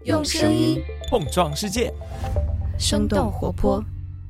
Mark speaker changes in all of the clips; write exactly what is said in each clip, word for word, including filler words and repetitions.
Speaker 1: 用声音
Speaker 2: 碰撞世界，
Speaker 1: 生动活泼。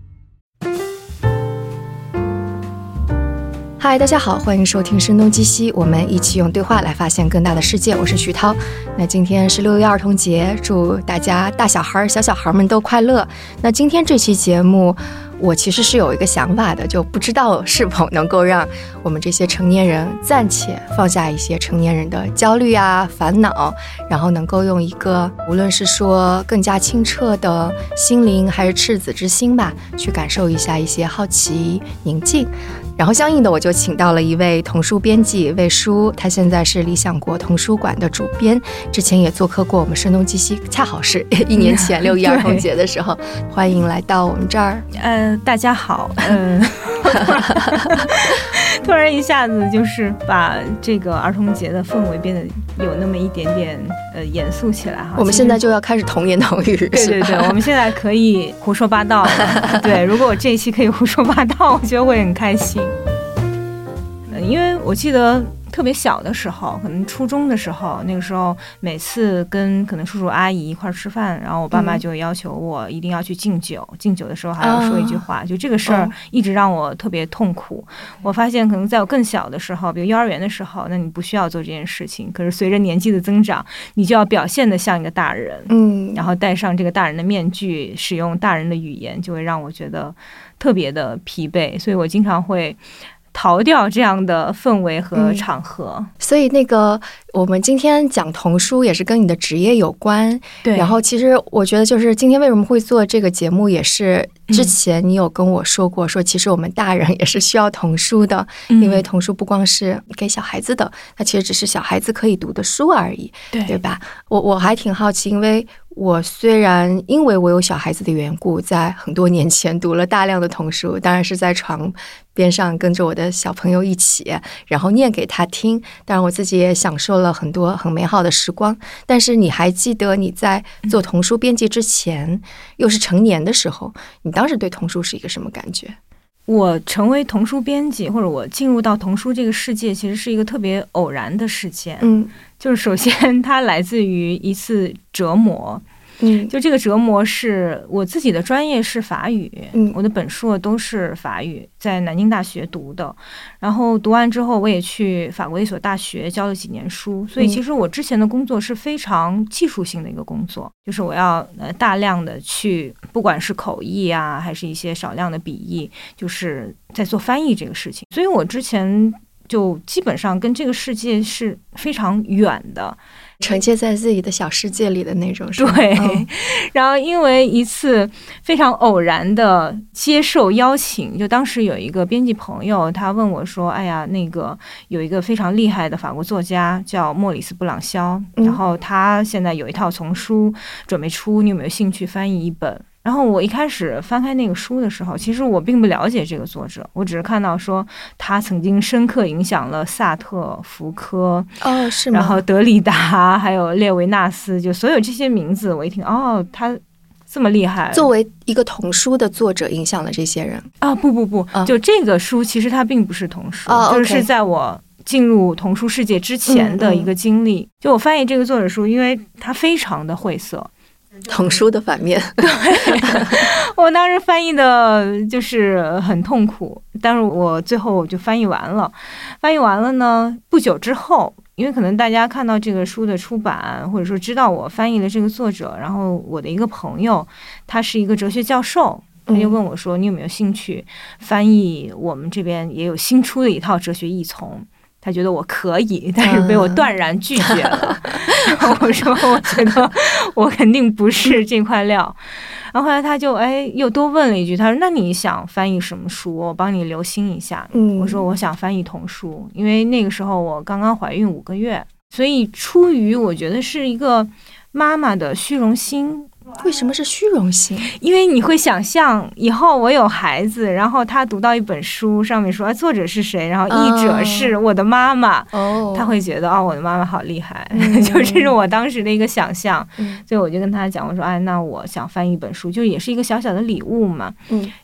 Speaker 3: 嗨，大家好，欢迎收听声东击西，我们一起用对话来发现更大的世界。我是徐涛。那今天是六一儿童节，祝大家大小孩小小孩们都快乐。那今天这期节目我其实是有一个想法的，就不知道是否能够让我们这些成年人暂且放下一些成年人的焦虑啊烦恼，然后能够用一个无论是说更加清澈的心灵还是赤子之心吧，去感受一下一些好奇宁静。然后相应的我就请到了一位童书编辑魏书，他现在是理想国童书馆的主编，之前也做客过我们声东击西，恰好是一年前六一儿童节的时候，欢迎来到我们这儿。
Speaker 4: 呃，大家好，嗯、呃，突然一下子就是把这个儿童节的氛围变得有那么一点点呃严肃起来哈。
Speaker 3: 我们现在就要开始童言童语，
Speaker 4: 对对对，我们现在可以胡说八道了。对，如果我这一期可以胡说八道，我觉得会很开心。因为我记得特别小的时候，可能初中的时候，那个时候每次跟可能叔叔阿姨一块吃饭，然后我爸妈就要求我一定要去敬酒，嗯、敬酒的时候还要说一句话，哦、就这个事儿一直让我特别痛苦。哦、我发现可能在我更小的时候，比如幼儿园的时候，那你不需要做这件事情，可是随着年纪的增长，你就要表现得像一个大人，嗯，然后戴上这个大人的面具，使用大人的语言，就会让我觉得特别的疲惫，所以我经常会逃掉这样的氛围和场合。
Speaker 3: 嗯、所以那个我们今天讲童书也是跟你的职业有关。
Speaker 4: 对，
Speaker 3: 然后其实我觉得就是今天为什么会做这个节目，也是之前你有跟我说过，说其实我们大人也是需要童书的，嗯、因为童书不光是给小孩子的，它其实只是小孩子可以读的书而已，对对吧？我我还挺好奇，因为我虽然因为我有小孩子的缘故，在很多年前读了大量的童书，当然是在床边上跟着我的小朋友一起，然后念给他听，当然我自己也享受了很多很美好的时光。但是你还记得你在做童书编辑之前，又是成年的时候，你当时对童书是一个什么感觉？
Speaker 4: 我成为童书编辑，或者我进入到童书这个世界，其实是一个特别偶然的事件。嗯，就是首先它来自于一次折磨。嗯，就这个折磨是我自己的专业是法语，嗯，我的本硕都是法语，在南京大学读的。然后读完之后，我也去法国一所大学教了几年书，所以其实我之前的工作是非常技术性的一个工作，就是我要呃大量的去，不管是口译啊，还是一些少量的笔译，就是在做翻译这个事情。所以我之前就基本上跟这个世界是非常远的。
Speaker 3: 承接在自己的小世界里的那种。
Speaker 4: 对、哦、然后因为一次非常偶然的接受邀请，就当时有一个编辑朋友，他问我说，哎呀，那个有一个非常厉害的法国作家叫莫里斯布朗肖、嗯、然后他现在有一套丛书准备出，你有没有兴趣翻译一本？然后我一开始翻开那个书的时候，其实我并不了解这个作者，我只是看到说他曾经深刻影响了萨特、福柯，
Speaker 3: 哦，是吗？
Speaker 4: 然后德里达，还有列维纳斯，就所有这些名字，我一听，哦，他这么厉害。
Speaker 3: 作为一个童书的作者，影响了这些人
Speaker 4: 啊？不不不，哦、就这个书其实它并不是童书，
Speaker 3: 哦、
Speaker 4: 就是在我进入童书世界之前的一个经历。嗯嗯就我翻译这个作者书，因为它非常的晦涩。
Speaker 3: 童书的反面。
Speaker 4: 对，我当时翻译的就是很痛苦，但是我最后我就翻译完了。翻译完了呢，不久之后，因为可能大家看到这个书的出版，或者说知道我翻译了这个作者，然后我的一个朋友，他是一个哲学教授，他就问我说，你有没有兴趣翻译我们这边也有新出的一套哲学译丛？他觉得我可以，但是被我断然拒绝了。然后我说，我觉得我肯定不是这块料。然后后来他就哎又多问了一句，他说：“那你想翻译什么书？我帮你留心一下。”嗯，我说我想翻译童书，因为那个时候我刚刚怀孕五个月，所以出于我觉得是一个妈妈的虚荣心。
Speaker 3: 为什么是虚荣心？
Speaker 4: 因为你会想象以后我有孩子，然后他读到一本书，上面说、啊、作者是谁，然后译者是我的妈妈，哦、他会觉得哦，我的妈妈好厉害，嗯、就这是我当时的一个想象。嗯、所以我就跟他讲，我说哎，那我想翻译一本书，就也是一个小小的礼物嘛。嗯，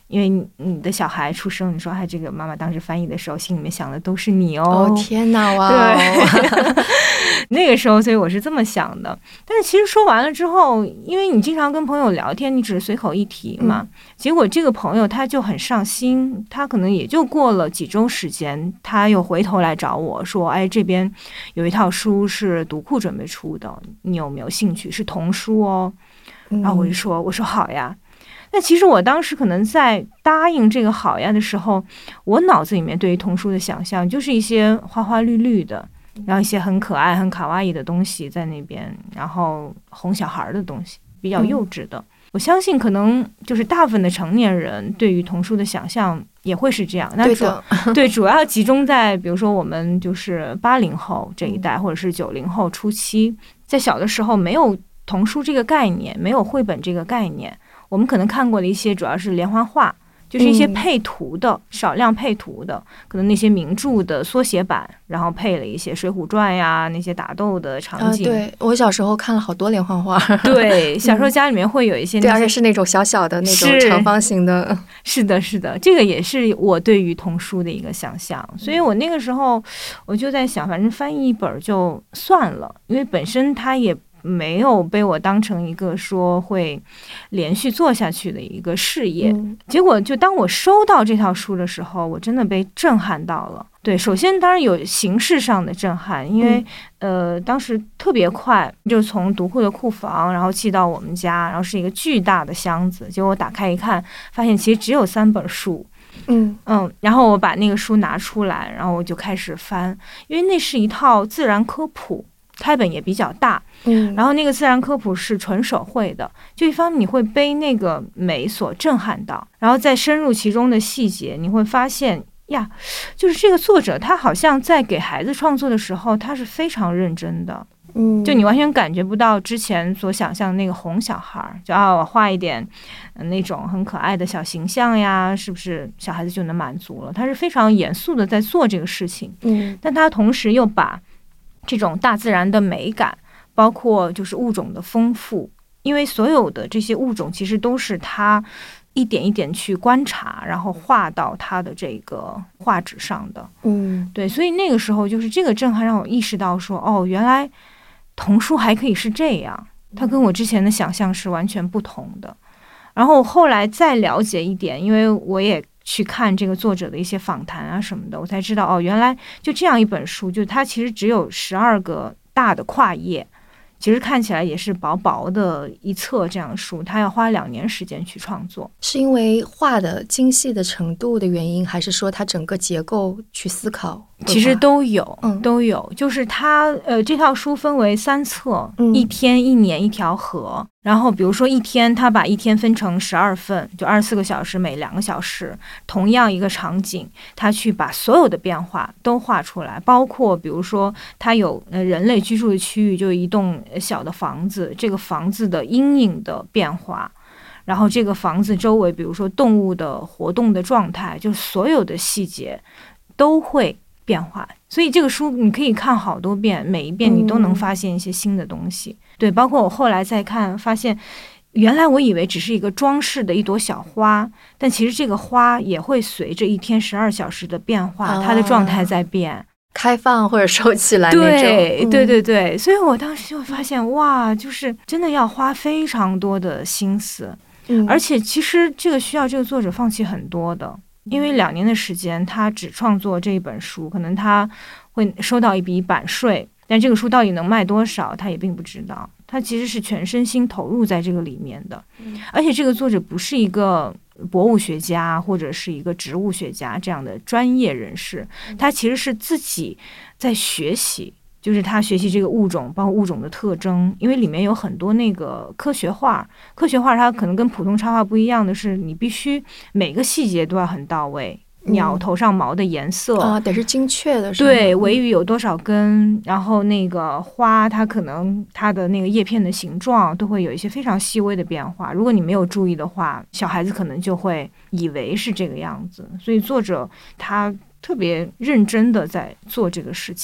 Speaker 4: 因为你的小孩出生，你说哎，这个妈妈当时翻译的时候，心里面想的都是你哦。
Speaker 3: 哦天哪，哇、哦！
Speaker 4: 对，那个时候，所以我是这么想的。但是其实说完了之后，因为你经常跟朋友聊天，你只是随口一提嘛，嗯、结果这个朋友他就很上心，他可能也就过了几周时间，他又回头来找我说，哎，这边有一套书是读库准备出的，你有没有兴趣？是童书哦。然后我就说，我说好呀。那其实我当时可能在答应这个好呀的时候，我脑子里面对于童书的想象就是一些花花绿绿的，然后一些很可爱很卡哇伊的东西在那边，然后哄小孩的东西，比较幼稚的、嗯、我相信可能就是大部分的成年人对于童书的想象也会是这样。那主对，对，主要集中在比如说我们就是八零后这一代、嗯、或者是九零后初期，在小的时候没有童书这个概念，没有绘本这个概念，我们可能看过的一些主要是连环画，就是一些配图的、嗯、少量配图的，可能那些名著的缩写版，然后配了一些水浒传呀那些打斗的场景、
Speaker 3: 啊、对，我小时候看了好多连环画。
Speaker 4: 对，小时候家里面会有一些、嗯、
Speaker 3: 对，而且是那种小小的那种长方形的。
Speaker 4: 是的是的，这个也是我对于童书的一个想象。所以我那个时候我就在想，反正翻译一本就算了，因为本身它也没有被我当成一个说会连续做下去的一个事业、嗯、结果就当我收到这套书的时候，我真的被震撼到了。对，首先当然有形式上的震撼，因为、嗯、呃，当时特别快，就从读库的库房然后寄到我们家，然后是一个巨大的箱子，结果我打开一看，发现其实只有三本书。
Speaker 3: 嗯
Speaker 4: 嗯，然后我把那个书拿出来，然后我就开始翻，因为那是一套自然科普，开本也比较大，
Speaker 3: 嗯，
Speaker 4: 然后那个自然科普是纯手绘的，就一方面你会被那个美所震撼到，然后再深入其中的细节，你会发现呀，就是这个作者他好像在给孩子创作的时候，他是非常认真的，
Speaker 3: 嗯，
Speaker 4: 就你完全感觉不到之前所想象的那个哄小孩，就啊我画一点、呃、那种很可爱的小形象呀，是不是小孩子就能满足了？他是非常严肃的在做这个事情，
Speaker 3: 嗯，
Speaker 4: 但他同时又把这种大自然的美感，包括就是物种的丰富，因为所有的这些物种其实都是他一点一点去观察，然后画到他的这个画纸上的。
Speaker 3: 嗯，
Speaker 4: 对，所以那个时候就是这个震撼让我意识到说，哦，原来童书还可以是这样，它跟我之前的想象是完全不同的。然后后来再了解一点，因为我也去看这个作者的一些访谈啊什么的，我才知道哦，原来就这样一本书，就它其实只有十二个大的跨页，其实看起来也是薄薄的一册这样的书，它要花两年时间去创作。
Speaker 3: 是因为画的精细的程度的原因，还是说它整个结构去思考？
Speaker 4: 其实都有，
Speaker 3: 嗯，
Speaker 4: 都有。就是它呃，这套书分为三册，
Speaker 3: 嗯、
Speaker 4: 一天一年一条河。然后比如说一天，它把一天分成十二份，就二十四个小时，每两个小时，同样一个场景，它去把所有的变化都画出来，包括比如说它有呃人类居住的区域，就一栋小的房子，这个房子的阴影的变化。然后这个房子周围，比如说动物的活动的状态，就所有的细节都会变化。所以这个书你可以看好多遍，每一遍你都能发现一些新的东西、嗯、对，包括我后来再看发现，原来我以为只是一个装饰的一朵小花，但其实这个花也会随着一天十二小时的变化、啊、它的状态在变，
Speaker 3: 开放或者收起来那种。
Speaker 4: 对、
Speaker 3: 嗯、
Speaker 4: 对对对，所以我当时就发现哇，就是真的要花非常多的心思、嗯、而且其实这个需要这个作者放弃很多的，因为两年的时间他只创作这一本书，可能他会收到一笔版税，但这个书到底能卖多少他也并不知道，他其实是全身心投入在这个里面的、嗯、而且这个作者不是一个博物学家或者是一个植物学家这样的专业人士，他其实是自己在学习，就是他学习这个物种，包括物种的特征，因为里面有很多那个科学画，科学画它可能跟普通插画不一样的是，你必须每个细节都要很到位，鸟头上毛的颜色、
Speaker 3: 嗯、啊，得是精确的是吗？
Speaker 4: 对，尾羽有多少根，然后那个花它可能它的那个叶片的形状都会有一些非常细微的变化，如果你没有注意的话，小孩子可能就会以为是这个样子，所以作者他特别认真的在做这个事情。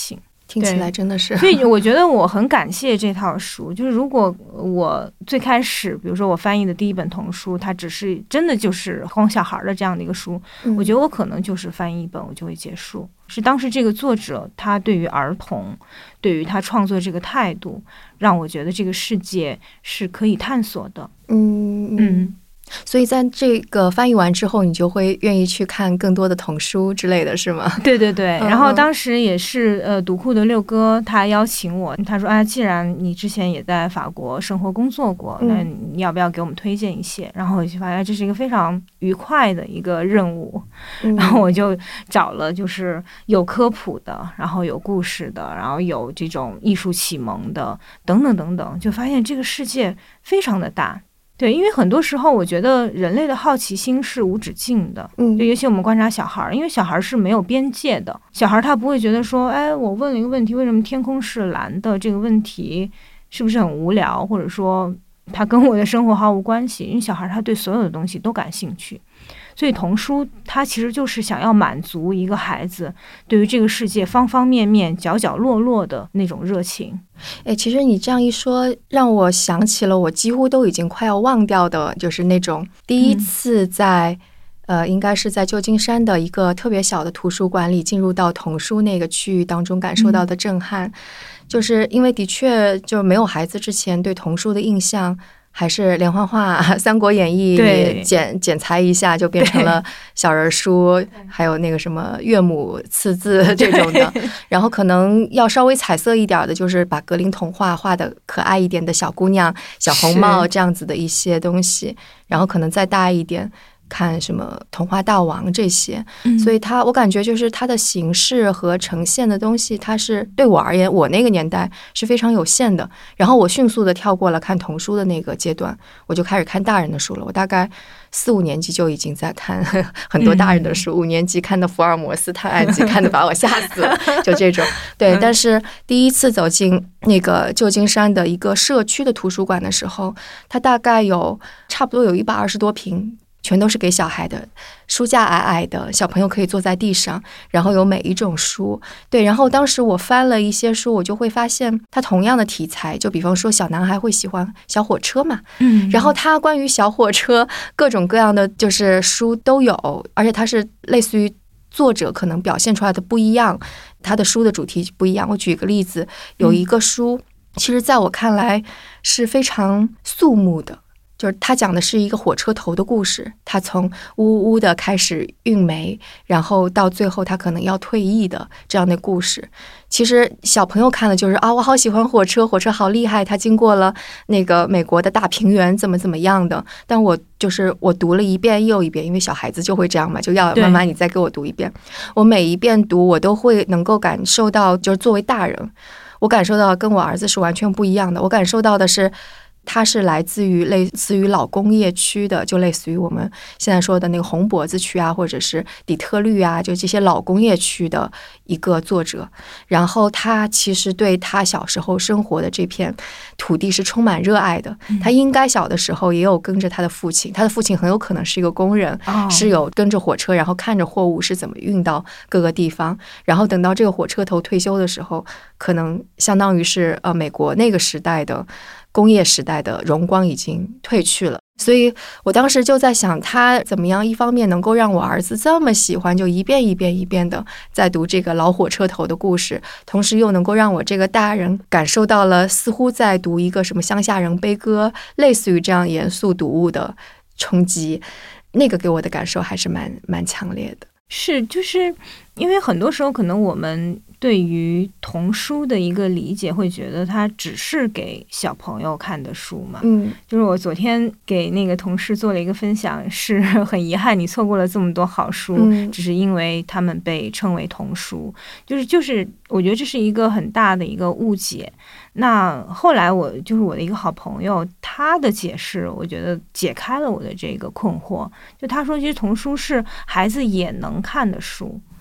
Speaker 3: 听起来真的是。
Speaker 4: 所以我觉得我很感谢这套书，就是如果我最开始，比如说我翻译的第一本童书，它只是真的就是哄小孩的这样的一个书，
Speaker 3: 嗯、
Speaker 4: 我觉得我可能就是翻译一本我就会结束。是当时这个作者他对于儿童，对于他创作这个态度，让我觉得这个世界是可以探索的。
Speaker 3: 嗯
Speaker 4: 嗯。
Speaker 3: 所以在这个翻译完之后，你就会愿意去看更多的童书之类的是吗？
Speaker 4: 对对对，然后当时也是呃，读库的六哥他邀请我，他说：“哎，既然你之前也在法国生活工作过，那你要不要给我们推荐一些？”然后我就发现这是一个非常愉快的一个任务，
Speaker 3: 嗯、
Speaker 4: 然后我就找了就是有科普的，然后有故事的，然后有这种艺术启蒙的，等等等等，就发现这个世界非常的大。对，因为很多时候我觉得人类的好奇心是无止境的，
Speaker 3: 嗯，
Speaker 4: 就尤其我们观察小孩，因为小孩是没有边界的，小孩他不会觉得说，哎，我问了一个问题，为什么天空是蓝的？这个问题是不是很无聊？或者说他跟我的生活毫无关系？因为小孩他对所有的东西都感兴趣，所以童书它其实就是想要满足一个孩子对于这个世界方方面面、角角落落的那种热情。
Speaker 3: 哎，其实你这样一说，让我想起了我几乎都已经快要忘掉的，就是那种第一次在、嗯、呃，应该是在旧金山的一个特别小的图书馆里进入到童书那个区域当中感受到的震撼，嗯、就是因为的确就没有孩子之前对童书的印象。还是连环画《三国演义》剪剪裁一下就变成了小人书，还有那个什么岳母刺字这种的。然后可能要稍微彩色一点的，就是把格林童话画的可爱一点的小姑娘、小红帽这样子的一些东西。然后可能再大一点。看什么童话大王这些、嗯、所以它我感觉就是它的形式和呈现的东西，它是对我而言我那个年代是非常有限的。然后我迅速的跳过了看童书的那个阶段，我就开始看大人的书了。我大概四五年级就已经在看很多大人的书、嗯、五年级看的福尔摩斯探案集看的把我吓死了就这种对。但是第一次走进那个旧金山的一个社区的图书馆的时候，它大概有差不多有一百二十多平，全都是给小孩的，书架矮矮的，小朋友可以坐在地上，然后有每一种书。对，然后当时我翻了一些书，我就会发现它同样的题材，就比方说小男孩会喜欢小火车嘛，嗯，然后它关于小火车各种各样的就是书都有，而且它是类似于作者可能表现出来的不一样，它的书的主题不一样。我举个例子，有一个书、嗯、其实在我看来是非常肃穆的，就是他讲的是一个火车头的故事，他从呜呜的开始运煤，然后到最后他可能要退役的这样的故事。其实小朋友看了就是啊，我好喜欢火车，火车好厉害，它经过了那个美国的大平原怎么怎么样的。但我就是我读了一遍又一遍，因为小孩子就会这样嘛，就要妈妈你再给我读一遍。我每一遍读我都会能够感受到，就是作为大人我感受到跟我儿子是完全不一样的。我感受到的是它是来自于类似于老工业区的，就类似于我们现在说的那个红脖子区啊，或者是底特律啊，就这些老工业区的一个作者。然后他其实对他小时候生活的这片土地是充满热爱的。他应该小的时候也有跟着他的父亲，他的父亲很有可能是一个工人，是有跟着火车，然后看着货物是怎么运到各个地方。然后等到这个火车头退休的时候，可能相当于是呃美国那个时代的工业时代的荣光已经褪去了。所以我当时就在想，他怎么样一方面能够让我儿子这么喜欢，就一遍一遍一遍的在读这个老火车头的故事，同时又能够让我这个大人感受到了似乎在读一个什么乡下人悲歌，类似于这样严肃读物的冲击。那个给我的感受还是蛮蛮强烈的。
Speaker 4: 是，就是因为很多时候可能我们对于童书的一个理解会觉得它只是给小朋友看的书嘛，嗯，就是我昨天给那个同事做了一个分享，是很遗憾你错过了这么多好书，嗯，只是因为他们被称为童书，就是就是我觉得这是一个很大的一个误解。那后来我就是我的一个好朋友，他的解释我觉得解开了我的这个困惑，就他说其实童书是孩子也能看的书，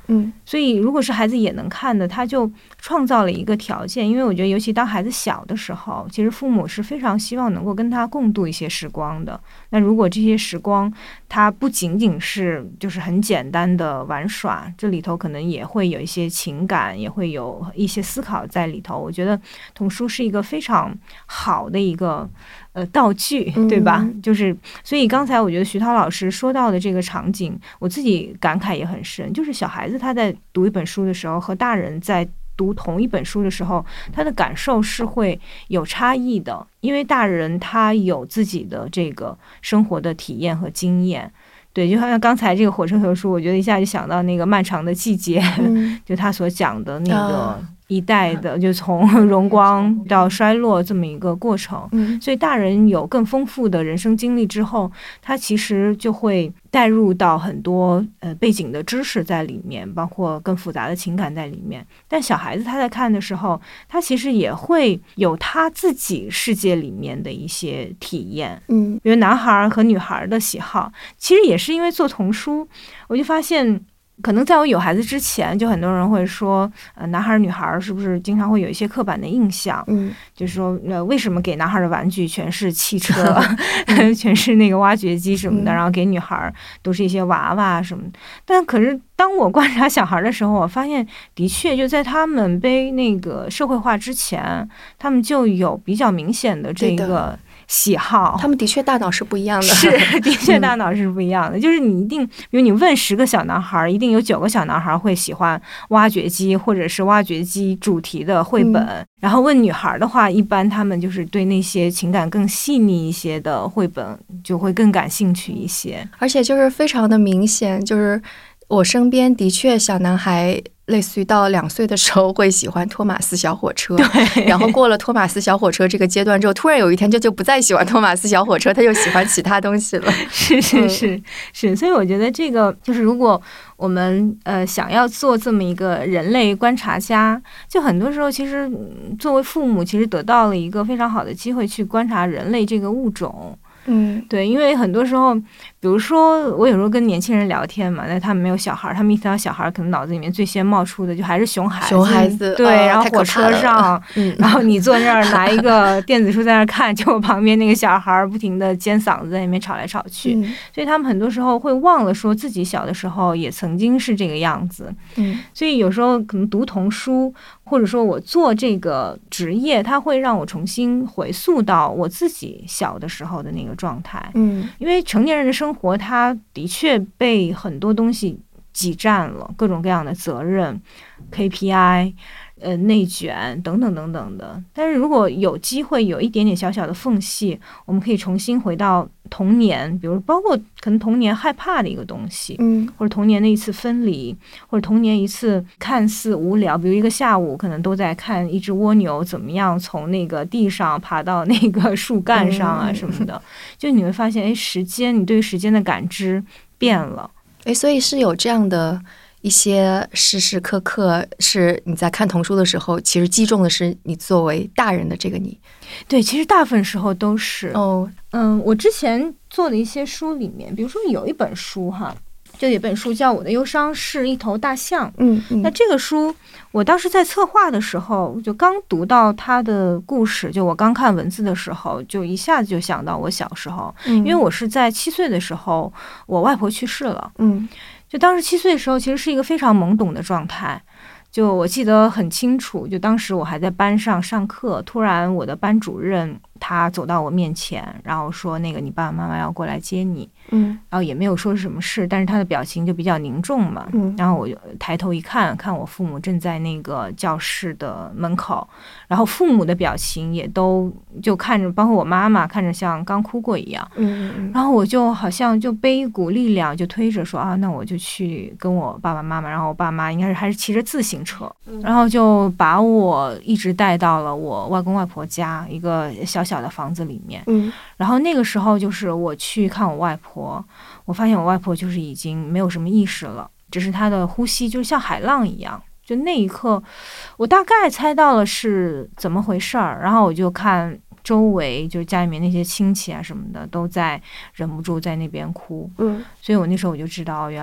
Speaker 3: 嗯，
Speaker 4: 所以如果是孩子也能看的，他就创造了一个条件。因为我觉得尤其当孩子小的时候，其实父母是非常希望能够跟他共度一些时光的。那如果这些时光它不仅仅是就是很简单的玩耍，这里头可能也会有一些情感，也会有一些思考在里头。我觉得童书是一个非常好的一个呃道具，对吧？
Speaker 3: 嗯、
Speaker 4: 就是所以刚才我觉得徐涛老师说到的这个场景，我自己感慨也很深，就是小孩子他在读一本书的时候和大人在读同一本书的时候，他的感受是会有差异的，因为大人他有自己的这个生活的体验和经验。对，就好像刚才这个火车头书，我觉得一下就想到那个漫长的季节，嗯、就他所讲的那个一代的，就从荣光到衰落这么一个过程。
Speaker 3: 嗯，
Speaker 4: 所以大人有更丰富的人生经历之后，他其实就会带入到很多呃背景的知识在里面，包括更复杂的情感在里面。但小孩子他在看的时候，他其实也会有他自己世界里面的一些体验。
Speaker 3: 嗯，
Speaker 4: 比如男孩和女孩的喜好，其实也是因为做童书，我就发现。可能在我有孩子之前，就很多人会说，呃，男孩女孩是不是经常会有一些刻板的印象？
Speaker 3: 嗯，
Speaker 4: 就是说，呃，为什么给男孩的玩具全是汽车，全是那个挖掘机什么的，
Speaker 3: 嗯、
Speaker 4: 然后给女孩都是一些娃娃什么的？但可是当我观察小孩的时候，我发现的确就在他们被那个社会化之前，他们就有比较明显的这个。喜好，
Speaker 3: 他们的确大脑是不一样的，
Speaker 4: 是的确大脑是不一样的。嗯、就是你一定，比如你问十个小男孩，一定有九个小男孩会喜欢挖掘机或者是挖掘机主题的绘本。嗯、然后问女孩的话，一般他们就是对那些情感更细腻一些的绘本就会更感兴趣一些，
Speaker 3: 而且就是非常的明显，就是我身边的确小男孩。类似于到两岁的时候会喜欢托马斯小火车，
Speaker 4: 对，
Speaker 3: 然后过了托马斯小火车这个阶段之后，突然有一天就就不再喜欢托马斯小火车，他就喜欢其他东西了。
Speaker 4: 是是是、嗯、是，所以我觉得这个就是如果我们呃想要做这么一个人类观察家，就很多时候其实作为父母，其实得到了一个非常好的机会去观察人类这个物种。
Speaker 3: 嗯，
Speaker 4: 对，因为很多时候，比如说我有时候跟年轻人聊天嘛，那他们没有小孩，他们一提到小孩，可能脑子里面最先冒出的就还是熊孩子，
Speaker 3: 熊孩子，
Speaker 4: 对，
Speaker 3: 呃、
Speaker 4: 然后火车上，
Speaker 3: 嗯，
Speaker 4: 然后你坐那儿拿一个电子书在那儿看，结果旁边那个小孩不停的尖嗓子在那边吵来吵去，
Speaker 3: 嗯、
Speaker 4: 所以他们很多时候会忘了说自己小的时候也曾经是这个样子，
Speaker 3: 嗯，
Speaker 4: 所以有时候可能读童书。或者说我做这个职业，它会让我重新回溯到我自己小的时候的那个状态。
Speaker 3: 嗯，
Speaker 4: 因为成年人的生活，它的确被很多东西挤占了，各种各样的责任、K P I、呃内卷等等等等的。但是如果有机会有一点点小小的缝隙，我们可以重新回到童年，比如包括可能童年害怕的一个东西，
Speaker 3: 嗯，
Speaker 4: 或者童年的一次分离，或者童年一次看似无聊，比如一个下午可能都在看一只蜗牛怎么样从那个地上爬到那个树干上啊什么的，嗯、就你会发现，哎，时间，你对于时间的感知变了，
Speaker 3: 哎，所以是有这样的。一些时时刻刻是你在看童书的时候，其实击中的是你作为大人的这个你。
Speaker 4: 对，其实大部分时候都是。
Speaker 3: 哦，
Speaker 4: 嗯，我之前做的一些书里面，比如说有一本书哈，就有一本书叫《我的忧伤是一头大象》。
Speaker 3: 嗯嗯。
Speaker 4: 那这个书，我当时在策划的时候，就刚读到它的故事，就我刚看文字的时候，就一下子就想到我小时候，
Speaker 3: 嗯、
Speaker 4: 因为我是在七岁的时候，我外婆去世了。
Speaker 3: 嗯。
Speaker 4: 就当时七岁的时候，其实是一个非常懵懂的状态。就我记得很清楚，就当时我还在班上上课，突然我的班主任他走到我面前，然后说那个你爸爸妈妈要过来接你，
Speaker 3: 嗯，
Speaker 4: 然后也没有说是什么事，但是他的表情就比较凝重嘛，
Speaker 3: 嗯，
Speaker 4: 然后我就抬头一看，看我父母正在那个教室的门口，然后父母的表情也都就看着，包括我妈妈看着像刚哭过一样，
Speaker 3: 嗯嗯，
Speaker 4: 然后我就好像就背一股力量，就推着说啊，那我就去跟我爸爸妈妈，然后我爸妈应该是还是骑着自行车，然后就把我一直带到了我外公外婆家一个小小的房子里面，
Speaker 3: 嗯，
Speaker 4: 然后那个时候就是我去看我外婆，我发现我外婆就是已经没有什么意识了，只是她的呼吸就是像海浪一样，就那一刻我大概猜到了是怎么回事儿，然后我就看周围就是家里面那些亲戚啊什么的都在忍不住在那边哭，
Speaker 3: 嗯，
Speaker 4: 所以我那时候我就知道原来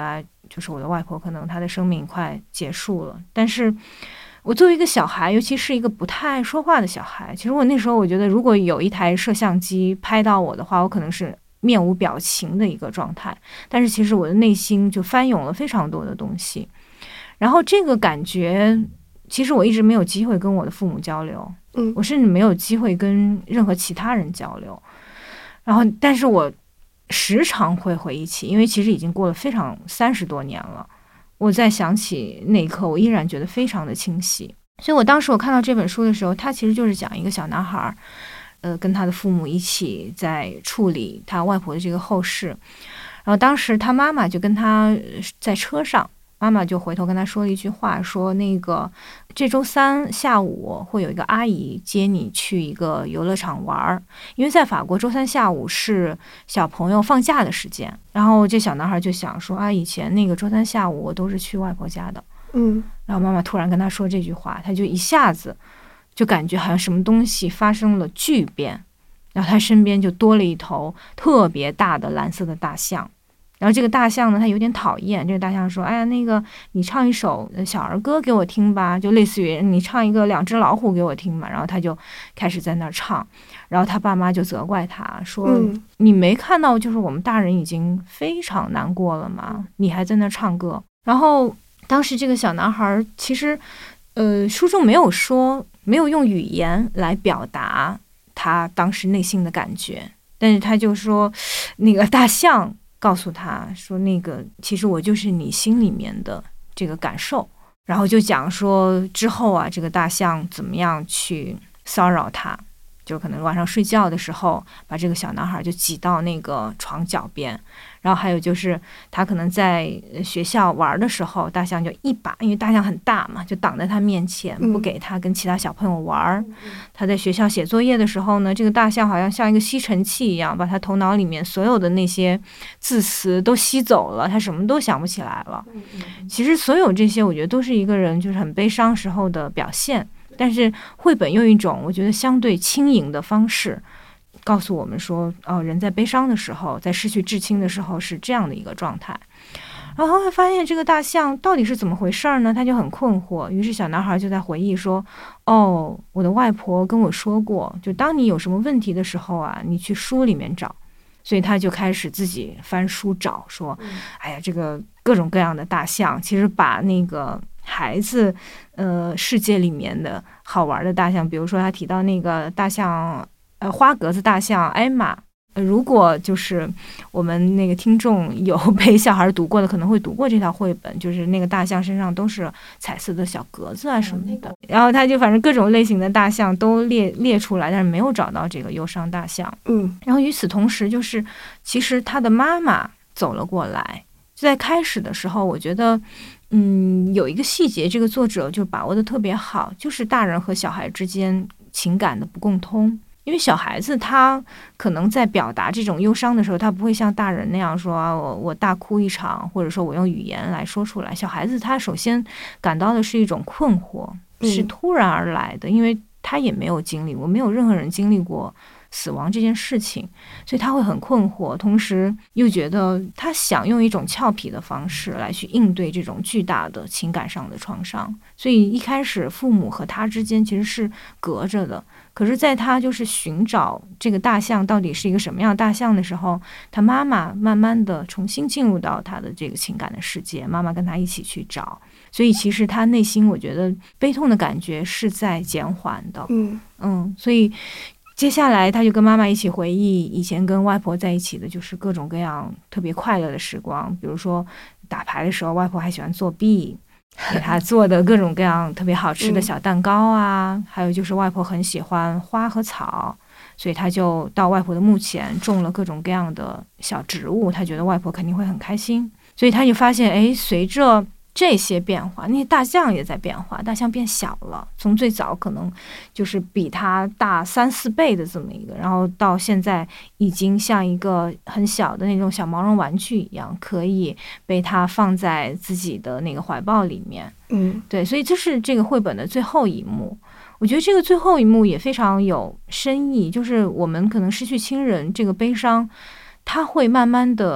Speaker 4: 就是我的外婆可能她的生命快结束了。但是我作为一个小孩，尤其是一个不太爱说话的小孩，其实我那时候我觉得，如果有一台摄像机拍到我的话，我可能是面无表情的一个状态。但是其实我的内心就翻涌了非常多的东西。然后这个感觉，其实我一直没有机会跟我的父母交流，
Speaker 3: 嗯，
Speaker 4: 我甚至没有机会跟任何其他人交流。然后，但是我时常会回忆起，因为其实已经过了非常三十多年了。我再想起那一刻，我依然觉得非常的清晰。所以我当时我看到这本书的时候，它其实就是讲一个小男孩，呃，跟他的父母一起在处理他外婆的这个后事。然后当时他妈妈就跟他在车上，妈妈就回头跟他说了一句话，说那个这周三下午会有一个阿姨接你去一个游乐场玩，因为在法国周三下午是小朋友放假的时间。然后这小男孩就想说啊，以前那个周三下午我都是去外婆家的。
Speaker 3: 嗯，
Speaker 4: 然后妈妈突然跟他说这句话，他就一下子就感觉好像什么东西发生了巨变，然后他身边就多了一头特别大的蓝色的大象。然后这个大象呢，他有点讨厌。这个大象说：“哎呀，那个你唱一首小儿歌给我听吧，就类似于你唱一个两只老虎给我听嘛。”然后他就开始在那儿唱，然后他爸妈就责怪他说：“
Speaker 3: 嗯、
Speaker 4: 你没看到就是我们大人已经非常难过了吗？你还在那儿唱歌。”然后当时这个小男孩其实，呃，书中没有说，没有用语言来表达他当时内心的感觉，但是他就说，那个大象告诉他说，那个其实我就是你心里面的这个感受。然后就讲说之后啊，这个大象怎么样去骚扰他，就可能晚上睡觉的时候把这个小男孩就挤到那个床脚边。然后还有就是他可能在学校玩的时候，大象就一把，因为大象很大嘛，就挡在他面前，不给他跟其他小朋友玩。他在学校写作业的时候呢，这个大象好像像一个吸尘器一样，把他头脑里面所有的那些字词都吸走了，他什么都想不起来了。其实所有这些我觉得都是一个人就是很悲伤时候的表现，但是绘本用一种我觉得相对轻盈的方式告诉我们说，哦，人在悲伤的时候，在失去至亲的时候是这样的一个状态。然后会发现这个大象到底是怎么回事呢？他就很困惑。于是小男孩就在回忆说，哦，我的外婆跟我说过，就当你有什么问题的时候啊，你去书里面找。所以他就开始自己翻书找，说，哎呀，这个各种各样的大象，其实把那个孩子呃世界里面的好玩的大象，比如说他提到那个大象，呃，花格子大象艾玛。呃，如果就是我们那个听众有被小孩读过的，可能会读过这套绘本，就是那个大象身上都是彩色的小格子啊什么的。然后他就反正各种类型的大象都列列出来，但是没有找到这个忧伤大象。
Speaker 3: 嗯，
Speaker 4: 然后与此同时，就是其实他的妈妈走了过来。就在开始的时候，我觉得，嗯，有一个细节，这个作者就把握的特别好，就是大人和小孩之间情感的不共通。因为小孩子他可能在表达这种忧伤的时候，他不会像大人那样说啊，我我大哭一场，或者说我用语言来说出来。小孩子他首先感到的是一种困惑，是突然而来的，因为他也没有经历过，没有任何人经历过死亡这件事情，所以他会很困惑，同时又觉得他想用一种俏皮的方式来去应对这种巨大的情感上的创伤。所以一开始父母和他之间其实是隔着的，可是在他就是寻找这个大象到底是一个什么样的大象的时候，他妈妈慢慢的重新进入到他的这个情感的世界，妈妈跟他一起去找。所以其实他内心我觉得悲痛的感觉是在减缓的。
Speaker 3: 嗯
Speaker 4: 嗯，所以接下来他就跟妈妈一起回忆以前跟外婆在一起的就是各种各样特别快乐的时光，比如说打牌的时候外婆还喜欢作弊，给他做的各种各样特别好吃的小蛋糕啊、嗯、还有就是外婆很喜欢花和草，所以他就到外婆的墓前种了各种各样的小植物，他觉得外婆肯定会很开心。所以他就发现，哎，随着这些变化，那些大象也在变化，大象变小了，从最早可能就是比它大三四倍的这么一个，然后到现在已经像一个很小的那种小毛绒玩具一样，可以被它放在自己的那个怀抱里面。
Speaker 3: 嗯，
Speaker 4: 对，所以这是这个绘本的最后一幕。我觉得这个最后一幕也非常有深意，就是我们可能失去亲人这个悲伤，它会慢慢的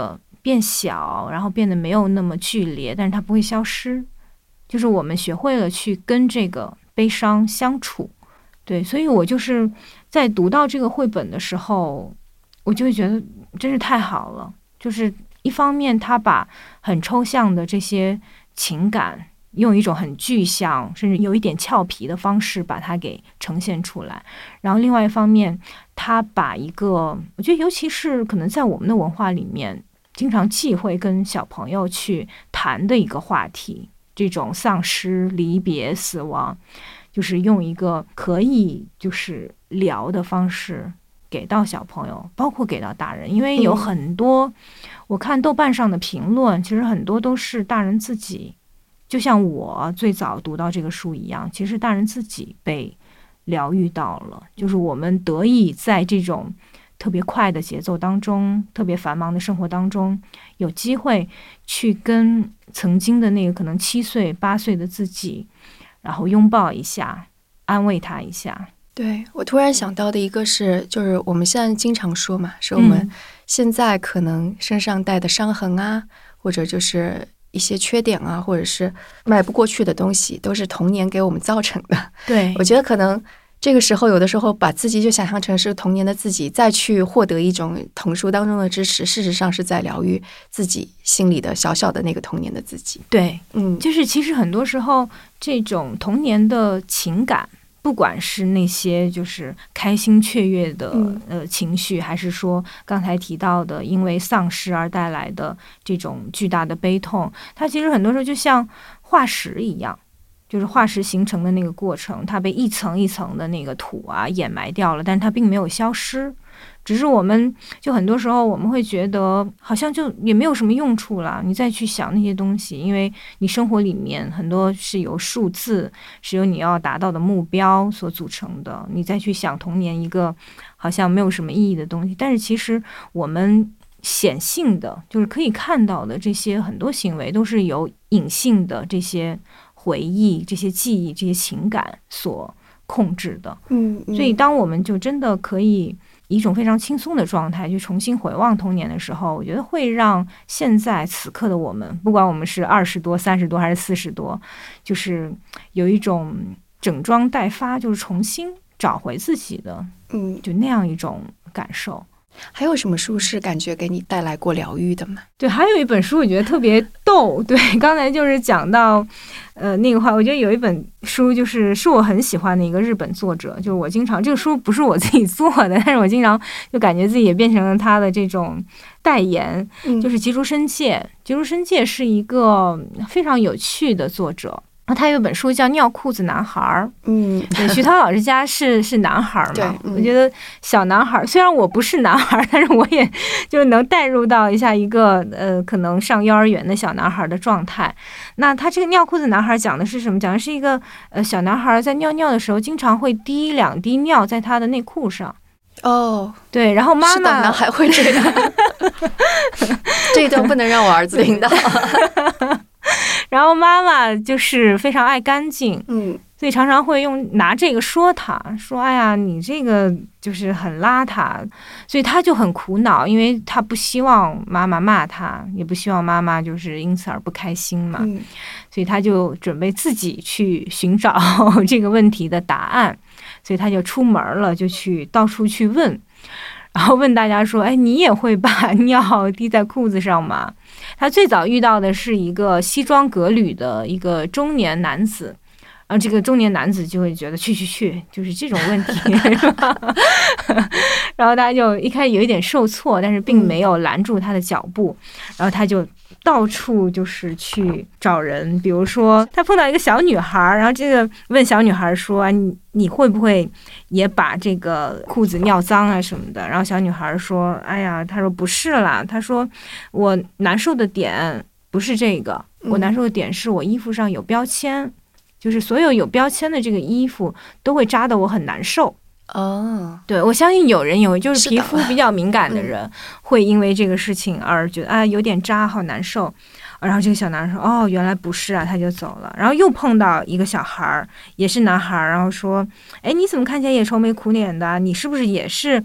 Speaker 4: 变小，然后变得没有那么剧烈，但是它不会消失。就是我们学会了去跟这个悲伤相处。对，所以我就是在读到这个绘本的时候，我就会觉得真是太好了。就是一方面他把很抽象的这些情感用一种很具象甚至有一点俏皮的方式把它给呈现出来，然后另外一方面他把一个我觉得尤其是可能在我们的文化里面经常忌讳跟小朋友去谈的一个话题，这种丧失、离别、死亡，就是用一个可以就是聊的方式给到小朋友，包括给到大人。因为有很多、嗯、我看豆瓣上的评论，其实很多都是大人自己，就像我最早读到这个书一样，其实大人自己被疗愈到了，就是我们得以在这种特别快的节奏当中，特别繁忙的生活当中，有机会去跟曾经的那个可能七岁八岁的自己然后拥抱一下，安慰他一下。
Speaker 3: 对，我突然想到的一个是，就是我们现在经常说嘛，说我们现在可能身上带的伤痕啊、嗯、或者就是一些缺点啊，或者是迈不过去的东西，都是童年给我们造成的。
Speaker 4: 对，
Speaker 3: 我觉得可能这个时候有的时候把自己就想象成是童年的自己，再去获得一种童书当中的支持，事实上是在疗愈自己心里的小小的那个童年的自己。
Speaker 4: 对，
Speaker 3: 嗯，
Speaker 4: 就是其实很多时候这种童年的情感，不管是那些就是开心雀跃的、嗯、呃情绪，还是说刚才提到的因为丧失而带来的这种巨大的悲痛，它其实很多时候就像化石一样，就是化石形成的那个过程，它被一层一层的那个土啊掩埋掉了，但是它并没有消失，只是我们就很多时候我们会觉得好像就也没有什么用处了，你再去想那些东西，因为你生活里面很多是由数字，是由你要达到的目标所组成的，你再去想童年一个好像没有什么意义的东西。但是其实我们显性的就是可以看到的这些很多行为，都是由隐性的这些回忆、这些记忆、这些情感所控制的。
Speaker 3: 嗯，嗯，
Speaker 4: 所以当我们就真的可以以一种非常轻松的状态去重新回望童年的时候，我觉得会让现在此刻的我们，不管我们是二十多、三十多还是四十多，就是有一种整装待发，就是重新找回自己的，
Speaker 3: 嗯，
Speaker 4: 就那样一种感受。
Speaker 3: 还有什么书是感觉给你带来过疗愈的吗？
Speaker 4: 对，还有一本书我觉得特别逗。对，刚才就是讲到，呃，那个话，我觉得有一本书就是是我很喜欢的一个日本作者，就是我经常这个书不是我自己做的，但是我经常就感觉自己也变成了他的这种代言，
Speaker 3: 嗯、
Speaker 4: 就是吉竹伸介。吉竹伸介是一个非常有趣的作者。他有一本书叫《尿裤子男孩》，
Speaker 3: 嗯，
Speaker 4: 对，徐涛老师家是是男孩嘛，
Speaker 3: 嗯、
Speaker 4: 我觉得小男孩，虽然我不是男孩，但是我也就能带入到一下一个呃，可能上幼儿园的小男孩的状态。那他这个尿裤子男孩讲的是什么？讲的是一个呃小男孩在尿尿的时候，经常会滴两滴尿在他的内裤上。
Speaker 3: 哦，
Speaker 4: 对，然后妈妈
Speaker 3: 男孩会这样，这一段不能让我儿子听到。
Speaker 4: 然后妈妈就是非常爱干净，
Speaker 3: 嗯，
Speaker 4: 所以常常会用拿这个说他，说哎呀，你这个就是很邋遢，所以他就很苦恼，因为他不希望妈妈骂他，也不希望妈妈就是因此而不开心嘛，
Speaker 3: 嗯，
Speaker 4: 所以他就准备自己去寻找这个问题的答案，所以他就出门了，就去到处去问。然后问大家说，哎，你也会把尿滴在裤子上吗？他最早遇到的是一个西装革履的一个中年男子，然后这个中年男子就会觉得去去去，就是这种问题，是吧？然后他就一开始有一点受挫，但是并没有拦住他的脚步，然后他就到处就是去找人，比如说他碰到一个小女孩，然后这个问小女孩说，你你会不会也把这个裤子尿脏啊什么的？然后小女孩说，哎呀，她说不是啦，她说我难受的点不是这个，我难受的点是我衣服上有标签，就是所有有标签的这个衣服都会扎得我很难受。
Speaker 3: 哦，
Speaker 4: 对，我相信有人有，就是皮肤比较敏感的人，会因为这个事情而觉得啊有点扎，好难受。然后这个小男生说，哦，原来不是啊，他就走了。然后又碰到一个小孩，也是男孩，然后说，哎，你怎么看起来也愁眉苦脸的？你是不是也是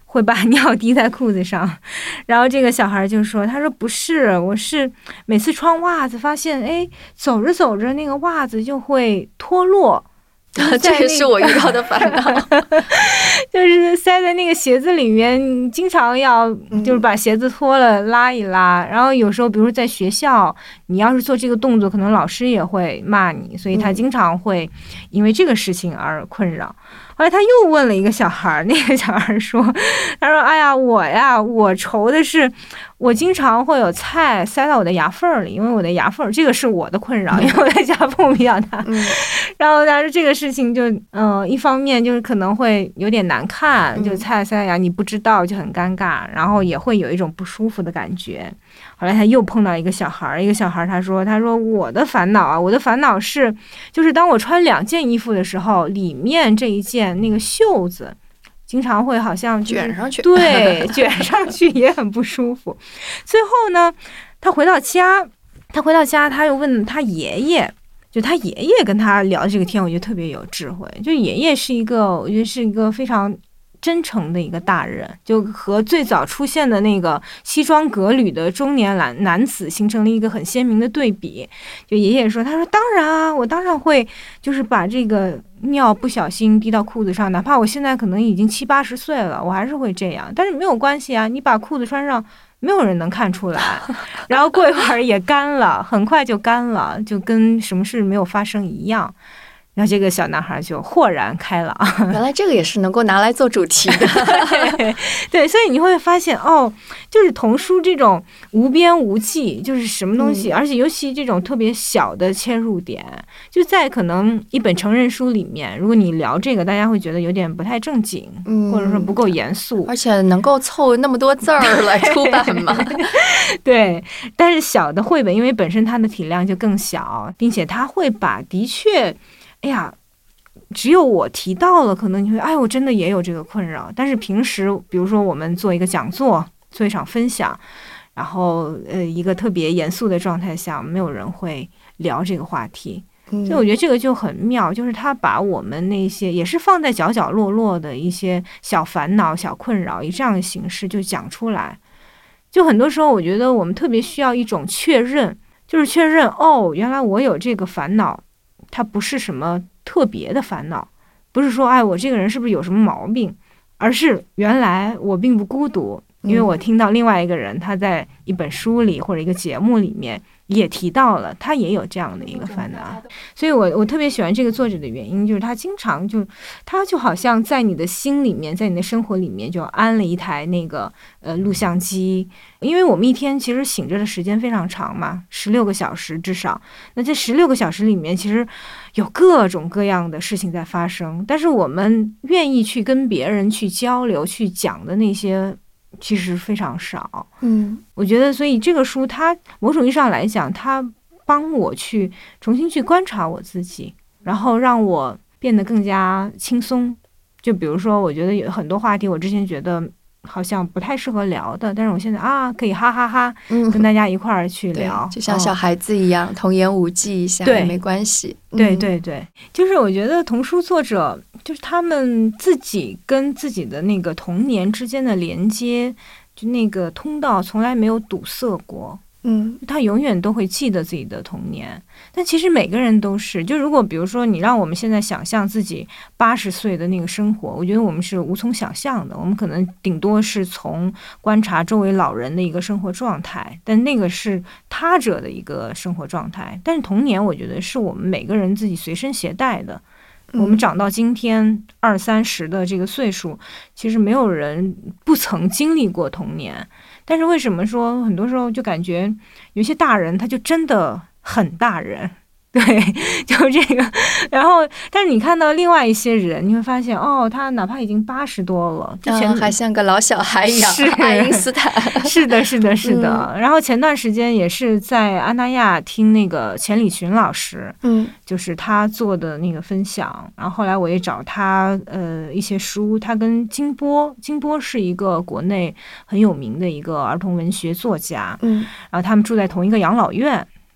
Speaker 4: 会把尿滴在裤子上，然后这个小孩就说：“他说不是，我是每次穿袜子发现，哎，走着走着那个袜子就会脱落。”
Speaker 3: 这也是我遇到的烦恼，
Speaker 4: 就是塞在那个鞋子里面，经常要就是把鞋子脱了拉一拉，然后有时候比如说在学校，你要是做这个动作，可能老师也会骂你，所以他经常会因为这个事情而困扰。后来他又问了一个小孩，那个小孩说：“他说，哎呀，我呀，我愁的是，我经常会有菜塞到我的牙缝里，因为我的牙缝，这个是我的困扰，因为我的牙缝比较大。嗯、然后他说这个事情就，嗯、呃，一方面就是可能会有点难看，就菜塞牙，你不知道就很尴尬，然后也会有一种不舒服的感觉。后来他又碰到一个小孩，一个小孩他说，他说我的烦恼啊，我的烦恼是，就是当我穿两件衣服的时候，里面这一件。”那个袖子经常会好像、就是、
Speaker 3: 卷上去，
Speaker 4: 对，卷上去也很不舒服。最后呢，他回到家，他回到家，他又问他爷爷，就他爷爷跟他聊这个天，我觉得特别有智慧。就爷爷是一个，我觉得是一个非常真诚的一个大人，就和最早出现的那个西装革履的中年男男子形成了一个很鲜明的对比。就爷爷说，他说当然啊，我当然会就是把这个尿不小心滴到裤子上，哪怕我现在可能已经七八十岁了，我还是会这样，但是没有关系啊，你把裤子穿上没有人能看出来，然后过一会儿也干了，很快就干了，就跟什么事没有发生一样。然后这个小男孩就豁然开朗，
Speaker 3: 原来这个也是能够拿来做主题的。
Speaker 4: 对, 对，所以你会发现哦，就是童书这种无边无际，就是什么东西、嗯、而且尤其这种特别小的切入点，就在可能一本成人书里面，如果你聊这个，大家会觉得有点不太正经、嗯、或者说不够严肃，
Speaker 3: 而且能够凑那么多字儿来出版吗？
Speaker 4: 对，但是小的绘本因为本身它的体量就更小，并且它会把的确哎呀，只有我提到了，可能你会哎，我真的也有这个困扰。但是平时，比如说我们做一个讲座，做一场分享，然后呃，一个特别严肃的状态下，没有人会聊这个话题。所以我觉得这个就很妙，就是他把我们那些也是放在角角落落的一些小烦恼、小困扰，以这样的形式就讲出来。就很多时候，我觉得我们特别需要一种确认，就是确认哦，原来我有这个烦恼。它不是什么特别的烦恼，不是说哎我这个人是不是有什么毛病，而是原来我并不孤独，因为我听到另外一个人他在一本书里或者一个节目里面也提到了他也有这样的一个烦恼。所以我我特别喜欢这个作者的原因就是他经常就他就好像在你的心里面，在你的生活里面就安了一台那个呃录像机，因为我们一天其实醒着的时间非常长嘛，十六个小时至少，那这十六个小时里面其实有各种各样的事情在发生，但是我们愿意去跟别人去交流去讲的那些其实非常少。嗯，我觉得所以这个书它某种意义上来讲，它帮我去重新去观察我自己，然后让我变得更加轻松。就比如说我觉得有很多话题我之前觉得好像不太适合聊的，但是我现在啊可以哈哈哈、嗯、跟大家一块儿去聊，
Speaker 3: 就像小孩子一样、哦、童言无忌一下也没关系。
Speaker 4: 对对对，就是我觉得童书作者就是他们自己跟自己的那个童年之间的连接，就那个通道从来没有堵塞过。嗯，他永远都会记得自己的童年，但其实每个人都是，就如果比如说你让我们现在想象自己八十岁的那个生活，我觉得我们是无从想象的，我们可能顶多是从观察周围老人的一个生活状态，但那个是他者的一个生活状态。但是童年我觉得是我们每个人自己随身携带的，我们长到今天二三十的这个岁数，其实没有人不曾经历过童年。但是为什么说很多时候就感觉有些大人他就真的很大人，对，就这个。然后但是你看到另外一些人，你会发现哦，他哪怕已经八十多了，就前、
Speaker 3: 嗯、还像个老小孩一样，是爱因斯坦。
Speaker 4: 是的是的是的、嗯、然后前段时间也是在安那亚听那个钱理群老师，嗯，就是他做的那个分享，然后后来我也找他呃一些书，他跟金波金波是一个国内很有名的一个儿童文学作家，嗯，然后他们住在同一个养老院，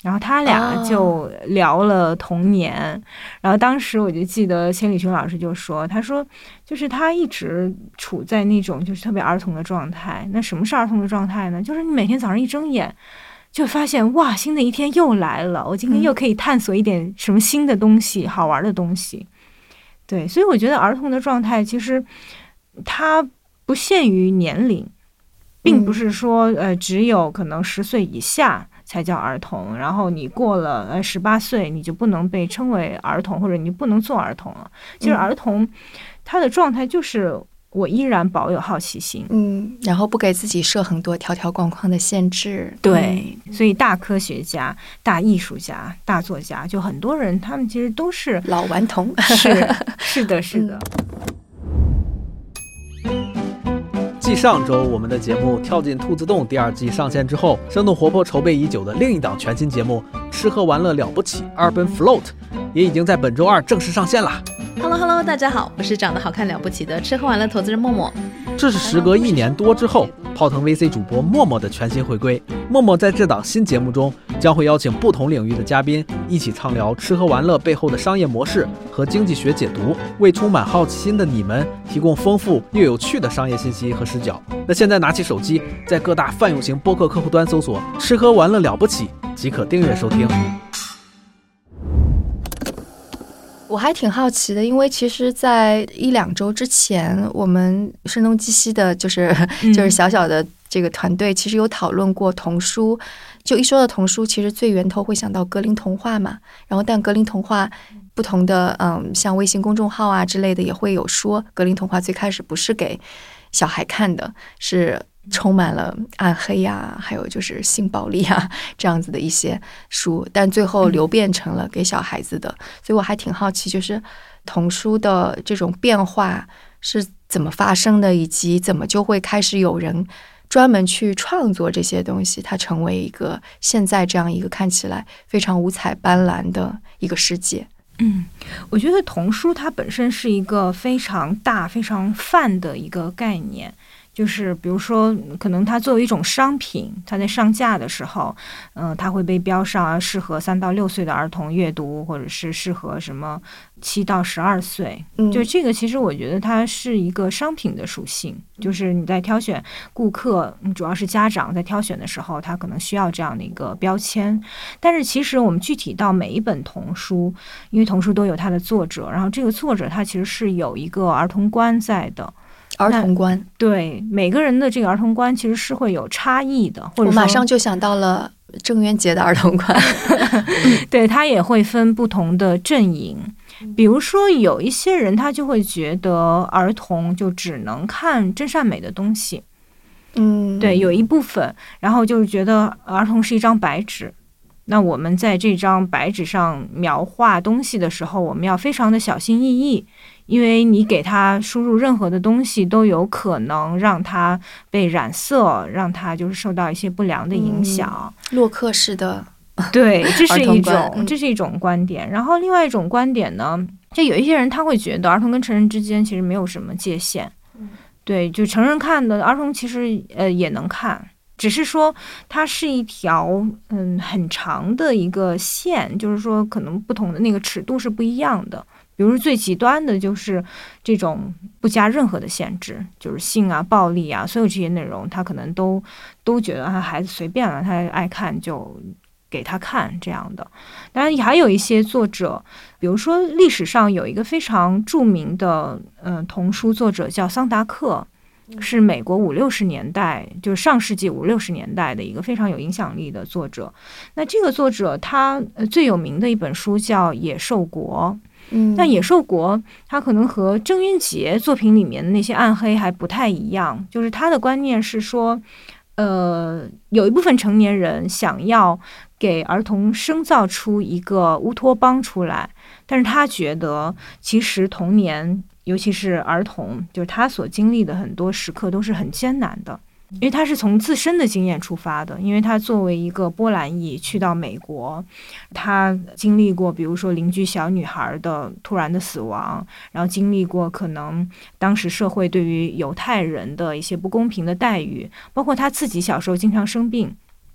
Speaker 4: 然后他俩就聊了童年，哦、然后当时我就记得千里群老师就说，他说就是他一直处在那种就是特别儿童的状态。那什么是儿童的状态呢？就是你每天早上一睁眼就发现哇，新的一天又来了，我今天又可以探索一点什么新的东西、嗯、好玩的东西。对，所以我觉得儿童的状态其实它不限于年龄，并不是说呃只有可能十岁以下才叫儿童，然后你过了呃十八岁你就不能被称为儿童，或者你不能做儿童了。其实儿童他的状态就是我依然保有好奇心，
Speaker 3: 嗯，然后不给自己设很多条条框框的限制。
Speaker 4: 对、嗯，所以大科学家、大艺术家、大作家，就很多人他们其实都是
Speaker 3: 老顽童。
Speaker 4: 是是的，是的。
Speaker 2: 嗯继上周我们的节目《跳进兔子洞》第二季上线之后，生动活泼筹备已久的另一档全新节目《吃喝玩乐了不起 Urban Float》也已经在本周二正式上线啦。
Speaker 1: Hello Hello， 大家好，我是长得好看了不起的吃喝玩乐投资人默默。
Speaker 2: 这是时隔一年多之后，泡腾 V C 主播默默的全新回归。默默在这档新节目中将会邀请不同领域的嘉宾一起畅聊吃喝玩乐背后的商业模式和经济学解读，为充满好奇心的你们提供丰富又有趣的商业信息和视角。那现在拿起手机，在各大泛用型播客客户端搜索吃喝玩乐了不起即可订阅收听。
Speaker 3: 我还挺好奇的，因为其实在一两周之前，我们声东击西的就是就是小小的这个团队其实有讨论过童书。就一说到童书，其实最源头会想到格林童话嘛，然后但格林童话不同的嗯，像微信公众号啊之类的也会有说，格林童话最开始不是给小孩看的，是充满了暗黑呀、啊，还有就是性暴力啊这样子的一些书，但最后流变成了给小孩子的。所以我还挺好奇，就是童书的这种变化是怎么发生的，以及怎么就会开始有人专门去创作这些东西，它成为一个现在这样一个看起来非常五彩斑斓的一个世界。
Speaker 4: 嗯，我觉得童书它本身是一个非常大、非常泛的一个概念。就是比如说可能它作为一种商品，它在上架的时候嗯、呃，它会被标上适合三到六岁的儿童阅读，或者是适合什么七到十二岁、嗯、就这个其实我觉得它是一个商品的属性，就是你在挑选顾客，主要是家长在挑选的时候，他可能需要这样的一个标签。但是其实我们具体到每一本童书，因为童书都有它的作者，然后这个作者他其实是有一个儿童观在的，
Speaker 3: 儿童观，
Speaker 4: 对每个人的这个儿童观其实是会有差异的。或者
Speaker 3: 我马上就想到了郑渊洁的儿童观
Speaker 4: 对，他也会分不同的阵营。比如说有一些人他就会觉得儿童就只能看真善美的东西，
Speaker 3: 嗯，
Speaker 4: 对，有一部分，然后就是觉得儿童是一张白纸，那我们在这张白纸上描画东西的时候，我们要非常的小心翼翼，因为你给他输入任何的东西都有可能让他被染色，让他就是受到一些不良的影响。
Speaker 3: 嗯、洛克式的，
Speaker 4: 对，这是一种这是一种观点。然后另外一种观点呢，就有一些人他会觉得儿童跟成人之间其实没有什么界限，对，就成人看的儿童其实呃也能看。只是说它是一条嗯很长的一个线，就是说可能不同的那个尺度是不一样的。比如最极端的就是这种不加任何的限制，就是性啊、暴力啊，所有这些内容，他可能都都觉得啊孩子随便了，他爱看就给他看这样的。当然还有一些作者，比如说历史上有一个非常著名的嗯、呃、童书作者叫桑达克。是美国五六十年代，就是上世纪五六十年代的一个非常有影响力的作者。那这个作者他最有名的一本书叫《野兽国》。嗯，那《野兽国》他可能和郑渊洁作品里面的那些暗黑还不太一样，就是他的观念是说，呃，有一部分成年人想要给儿童生造出一个乌托邦出来，但是他觉得其实童年。尤其是儿童，就是他所经历的很多时刻都是很艰难的，因为他是从自身的经验出发的。因为他作为一个波兰裔去到美国，他经历过比如说邻居小女孩的突然的死亡，然后经历过可能当时社会对于犹太人的一些不公平的待遇，包括他自己小时候经常生病，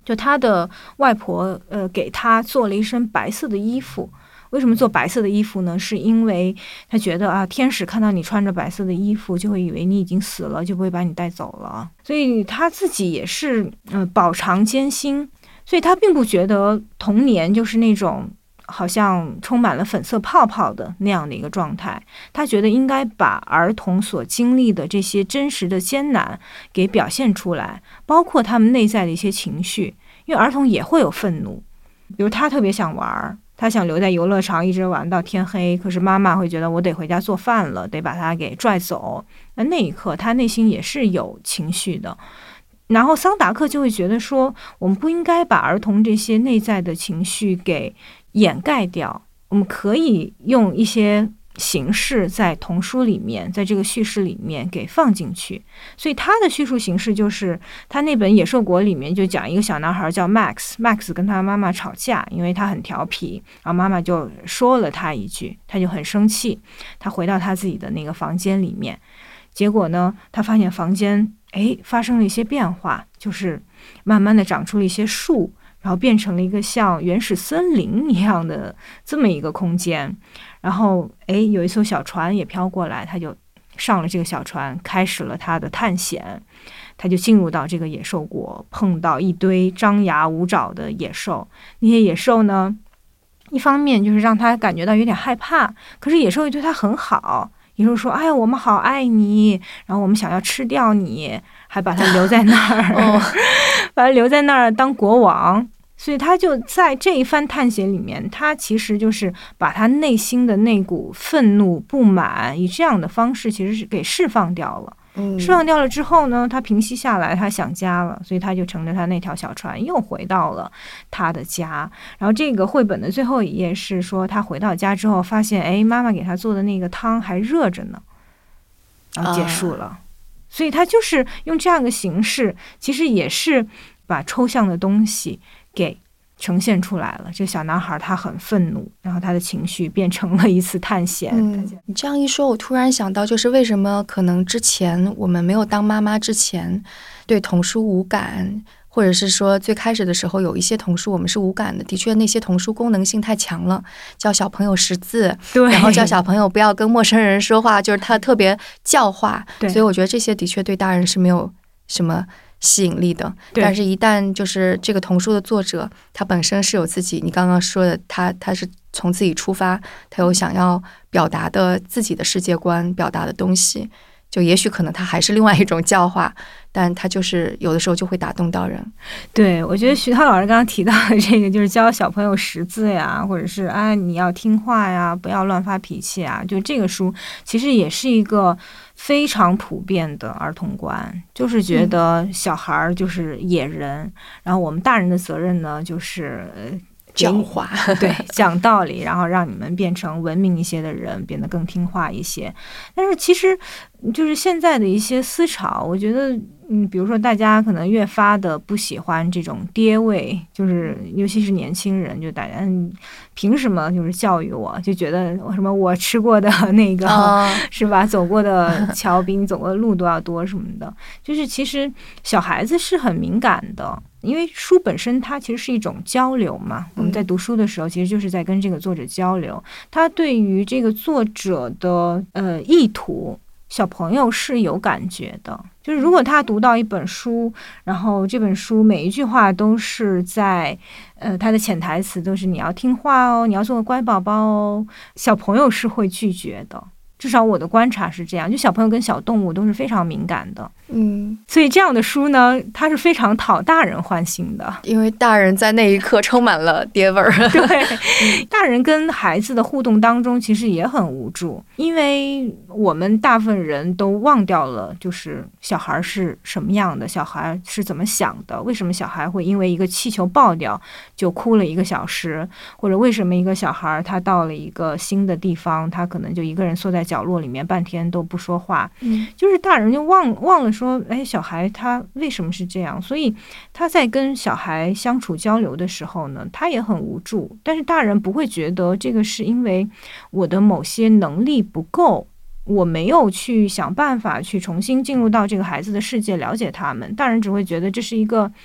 Speaker 4: 就他的外婆呃给他做了一身白色的衣服。为什么做白色的衣服呢？是因为他觉得啊，天使看到你穿着白色的衣服，就会以为你已经死了，就不会把你带走了。所以他自己也是呃饱尝艰辛，所以他并不觉得童年就是那种好像充满了粉色泡泡的那样的一个状态。他觉得应该把儿童所经历的这些真实的艰难给表现出来，包括他们内在的一些情绪，因为儿童也会有愤怒。比如他特别想玩，他想留在游乐场一直玩到天黑，可是妈妈会觉得我得回家做饭了，得把他给拽走。那那一刻他内心也是有情绪的。然后桑达克就会觉得说，我们不应该把儿童这些内在的情绪给掩盖掉，我们可以用一些形式在童书里面，在这个叙事里面给放进去。所以他的叙述形式就是他那本《野兽国》里面就讲一个小男孩叫 Max， Max 跟他妈妈吵架，因为他很调皮，然后妈妈就说了他一句，他就很生气，他回到他自己的那个房间里面，结果呢他发现房间哎发生了一些变化，就是慢慢的长出了一些树，然后变成了一个像原始森林一样的这么一个空间。然后诶，有一艘小船也飘过来，他就上了这个小船，开始了他的探险。他就进入到这个野兽国，碰到一堆张牙舞爪的野兽。那些野兽呢，一方面就是让他感觉到有点害怕，可是野兽又对他很好。野兽说：“哎呀，我们好爱你，然后我们想要吃掉你，还把他留在那儿，哦、把他留在那儿当国王。”所以他就在这一番探险里面，他其实就是把他内心的那股愤怒、不满，以这样的方式其实是给释放掉了。嗯、释放掉了之后呢，他平息下来，他想家了，所以他就乘着他那条小船又回到了他的家。然后这个绘本的最后一页是说，他回到家之后发现，哎，妈妈给他做的那个汤还热着呢，然后结束了。啊、所以他就是用这样的形式，其实也是把抽象的东西给呈现出来了。这个小男孩他很愤怒，然后他的情绪变成了一次探险。
Speaker 3: 嗯，你这样一说，我突然想到，就是为什么可能之前我们没有当妈妈之前对童书无感，或者是说最开始的时候有一些童书我们是无感的。的确那些童书功能性太强了，教小朋友识字，对，然后教小朋友不要跟陌生人说话，就是他特别教化，所以我觉得这些的确对大人是没有什么吸引力的。但是一旦就是这个童书的作者他本身是有自己，你刚刚说的，他他是从自己出发，他有想要表达的自己的世界观，表达的东西，就也许可能他还是另外一种教化，但他就是有的时候就会打动到人。
Speaker 4: 对，我觉得徐涛老师刚刚提到的这个，就是教小朋友识字呀，或者是啊你要听话呀，不要乱发脾气啊，就这个书其实也是一个非常普遍的儿童观，就是觉得小孩就是野人，嗯、然后我们大人的责任呢就是
Speaker 3: 教化，
Speaker 4: 对，讲道理，然后让你们变成文明一些的人，变得更听话一些。但是其实就是现在的一些思潮，我觉得嗯，比如说大家可能越发的不喜欢这种爹味，就是尤其是年轻人，就大家嗯，凭什么就是教育我，就觉得什么我吃过的那个、哦、是吧，走过的桥比你走过的路都要多什么的。就是其实小孩子是很敏感的，因为书本身它其实是一种交流嘛，我们在读书的时候其实就是在跟这个作者交流，他对于这个作者的呃意图小朋友是有感觉的。就是如果他读到一本书，然后这本书每一句话都是在呃他的潜台词都是你要听话哦，你要做个乖宝宝哦，小朋友是会拒绝的，至少我的观察是这样，就小朋友跟小动物都是非常敏感的。嗯，所以这样的书呢，它是非常讨大人欢心的，
Speaker 3: 因为大人在那一刻充满了爹味儿。
Speaker 4: 对，大人跟孩子的互动当中其实也很无助，因为我们大部分人都忘掉了，就是小孩是什么样的，小孩是怎么想的，为什么小孩会因为一个气球爆掉就哭了一个小时，或者为什么一个小孩他到了一个新的地方，他可能就一个人缩在角落里面半天都不说话。嗯，就是大人就忘忘了说，哎，小孩他为什么是这样？所以他在跟小孩相处交流的时候呢，他也很无助。但是大人不会觉得这个是因为我的某些能力不够，我没有去想办法去重新进入到这个孩子的世界，了解他们。大人只会觉得这是一个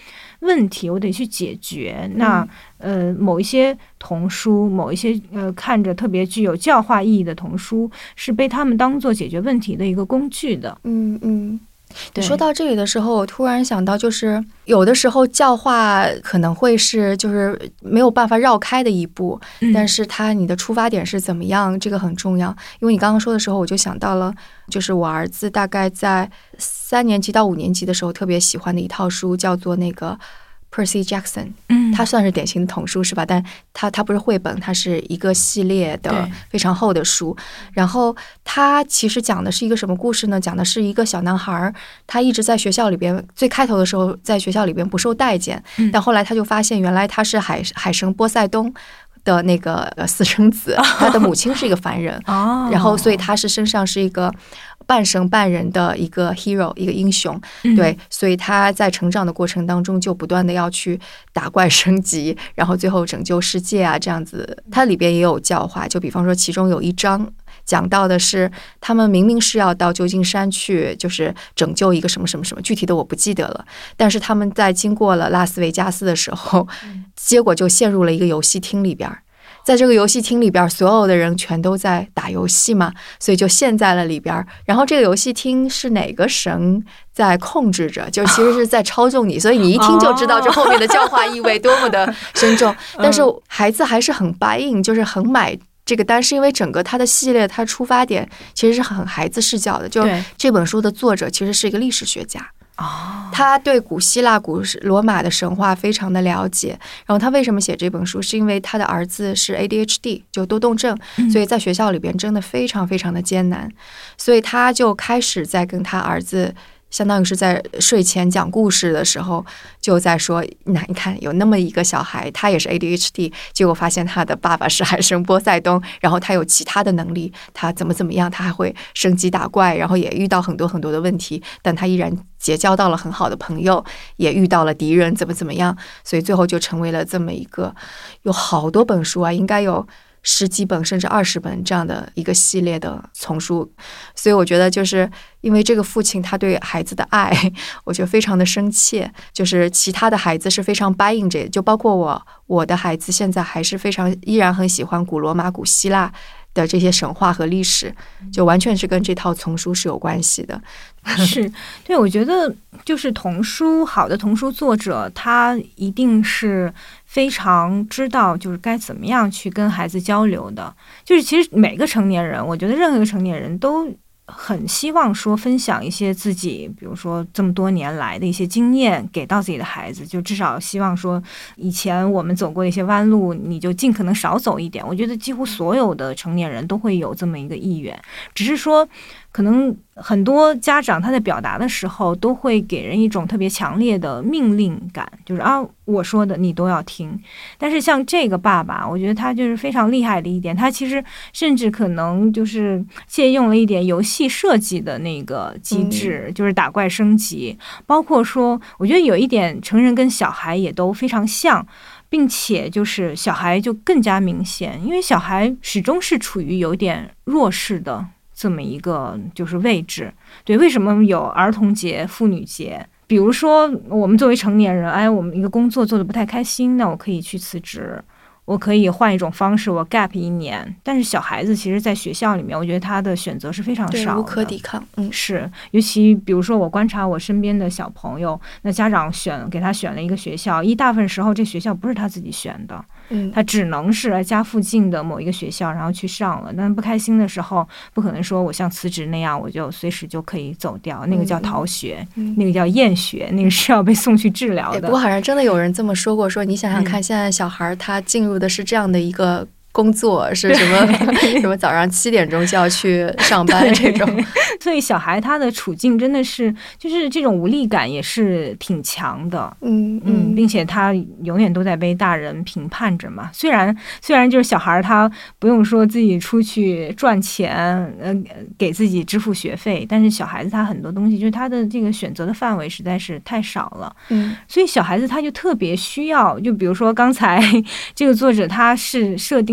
Speaker 4: 问题，我得去解决。那呃，某一些童书，某一些呃看着特别具有教化意义的童书，是被他们当做解决问题的一个工具的。
Speaker 3: 嗯嗯。你说到这里的时候，我突然想到，就是有的时候教化可能会是就是没有办法绕开的一步，
Speaker 4: 嗯、
Speaker 3: 但是它你的出发点是怎么样，这个很重要。因为你刚刚说的时候，我就想到了，就是我儿子大概在三年级到五年级的时候特别喜欢的一套书，叫做那个Percy Jackson，
Speaker 4: 嗯，
Speaker 3: 它算是典型的童书是吧？但它它不是绘本，它是一个系列的非常厚的书。然后它其实讲的是一个什么故事呢？讲的是一个小男孩，他一直在学校里边，最开头的时候在学校里边不受待见，
Speaker 4: 嗯、
Speaker 3: 但后来他就发现原来他是海海神波塞冬的那个私生子，他的母亲是一个凡人，
Speaker 4: 哦，
Speaker 3: 然后所以他是身上是一个半神半人的一个 hero， 一个英雄，对，所以他在成长的过程当中就不断的要去打怪升级，然后最后拯救世界啊，这样子。它里边也有教化，就比方说其中有一章讲到的是他们明明是要到旧金山去，就是拯救一个什么什么什么，具体的我不记得了，但是他们在经过了拉斯维加斯的时候，结果就陷入了一个游戏厅里边。在这个游戏厅里边，所有的人全都在打游戏嘛，所以就陷在了里边。然后这个游戏厅是哪个神在控制着，就其实是在操纵你，所以你一听就知道这后面的教化意味多么的深重。但是孩子还是很 buy in， 就是很买这个单，是因为整个它的系列，它出发点其实是很孩子视角的。就这本书的作者其实是一个历史学家。
Speaker 4: 哦，
Speaker 3: 他对古希腊、古罗马的神话非常的了解。然后他为什么写这本书，是因为他的儿子是 A D H D， 就多动症，所以在学校里边真的非常非常的艰难，所以他就开始在跟他儿子，相当于是在睡前讲故事的时候，就在说，那你看有那么一个小孩，他也是 A D H D， 结果发现他的爸爸是海神波塞冬，然后他有其他的能力，他怎么怎么样，他还会升级打怪，然后也遇到很多很多的问题，但他依然结交到了很好的朋友，也遇到了敌人，怎么怎么样，所以最后就成为了这么一个有好多本书啊，应该有十几本甚至二十本这样的一个系列的丛书。所以我觉得就是因为这个父亲他对孩子的爱，我觉得非常的深切，就是其他的孩子是非常 buy in 这，就包括我我的孩子现在还是非常依然很喜欢古罗马、古希腊的这些神话和历史，就完全是跟这套丛书是有关系的。
Speaker 4: 是，对，我觉得就是童书，好的童书作者他一定是非常知道就是该怎么样去跟孩子交流的。就是其实每个成年人，我觉得任何一个成年人都很希望说分享一些自己，比如说这么多年来的一些经验给到自己的孩子，就至少希望说以前我们走过的一些弯路，你就尽可能少走一点。我觉得几乎所有的成年人都会有这么一个意愿，只是说可能很多家长他在表达的时候都会给人一种特别强烈的命令感，就是啊，我说的你都要听。但是像这个爸爸，我觉得他就是非常厉害的一点，他其实甚至可能就是借用了一点游戏设计的那个机制，嗯、就是打怪升级，包括说我觉得有一点成人跟小孩也都非常像，并且就是小孩就更加明显，因为小孩始终是处于有点弱势的这么一个就是位置。对，为什么有儿童节、妇女节？比如说我们作为成年人，哎，我们一个工作做得不太开心，那我可以去辞职，我可以换一种方式，我 gap 一年。但是小孩子其实在学校里面，我觉得他的选择是非常少的，
Speaker 3: 无可抵抗。嗯，
Speaker 4: 是，尤其比如说我观察我身边的小朋友，那家长选给他选了一个学校，一大部分时候这学校不是他自己选的，嗯，他只能是家附近的某一个学校，然后去上了。但不开心的时候，不可能说我像辞职那样，我就随时就可以走掉，那个叫逃学，嗯、那个叫厌学，那个是要被送去治疗的。
Speaker 3: 不过好像真的有人这么说过，说你想想看，现在小孩他进入的是这样的一个工作，是什么什么早上七点钟就要去上班这种，
Speaker 4: 所以小孩他的处境真的是就是这种无力感也是挺强的，嗯嗯，并且他永远都在被大人评判着嘛。虽然虽然就是小孩他不用说自己出去赚钱，呃，给自己支付学费，但是小孩子他很多东西就是他的这个选择的范围实在是太少了，嗯，所以小孩子他就特别需要，就比如说刚才这个作者他是设定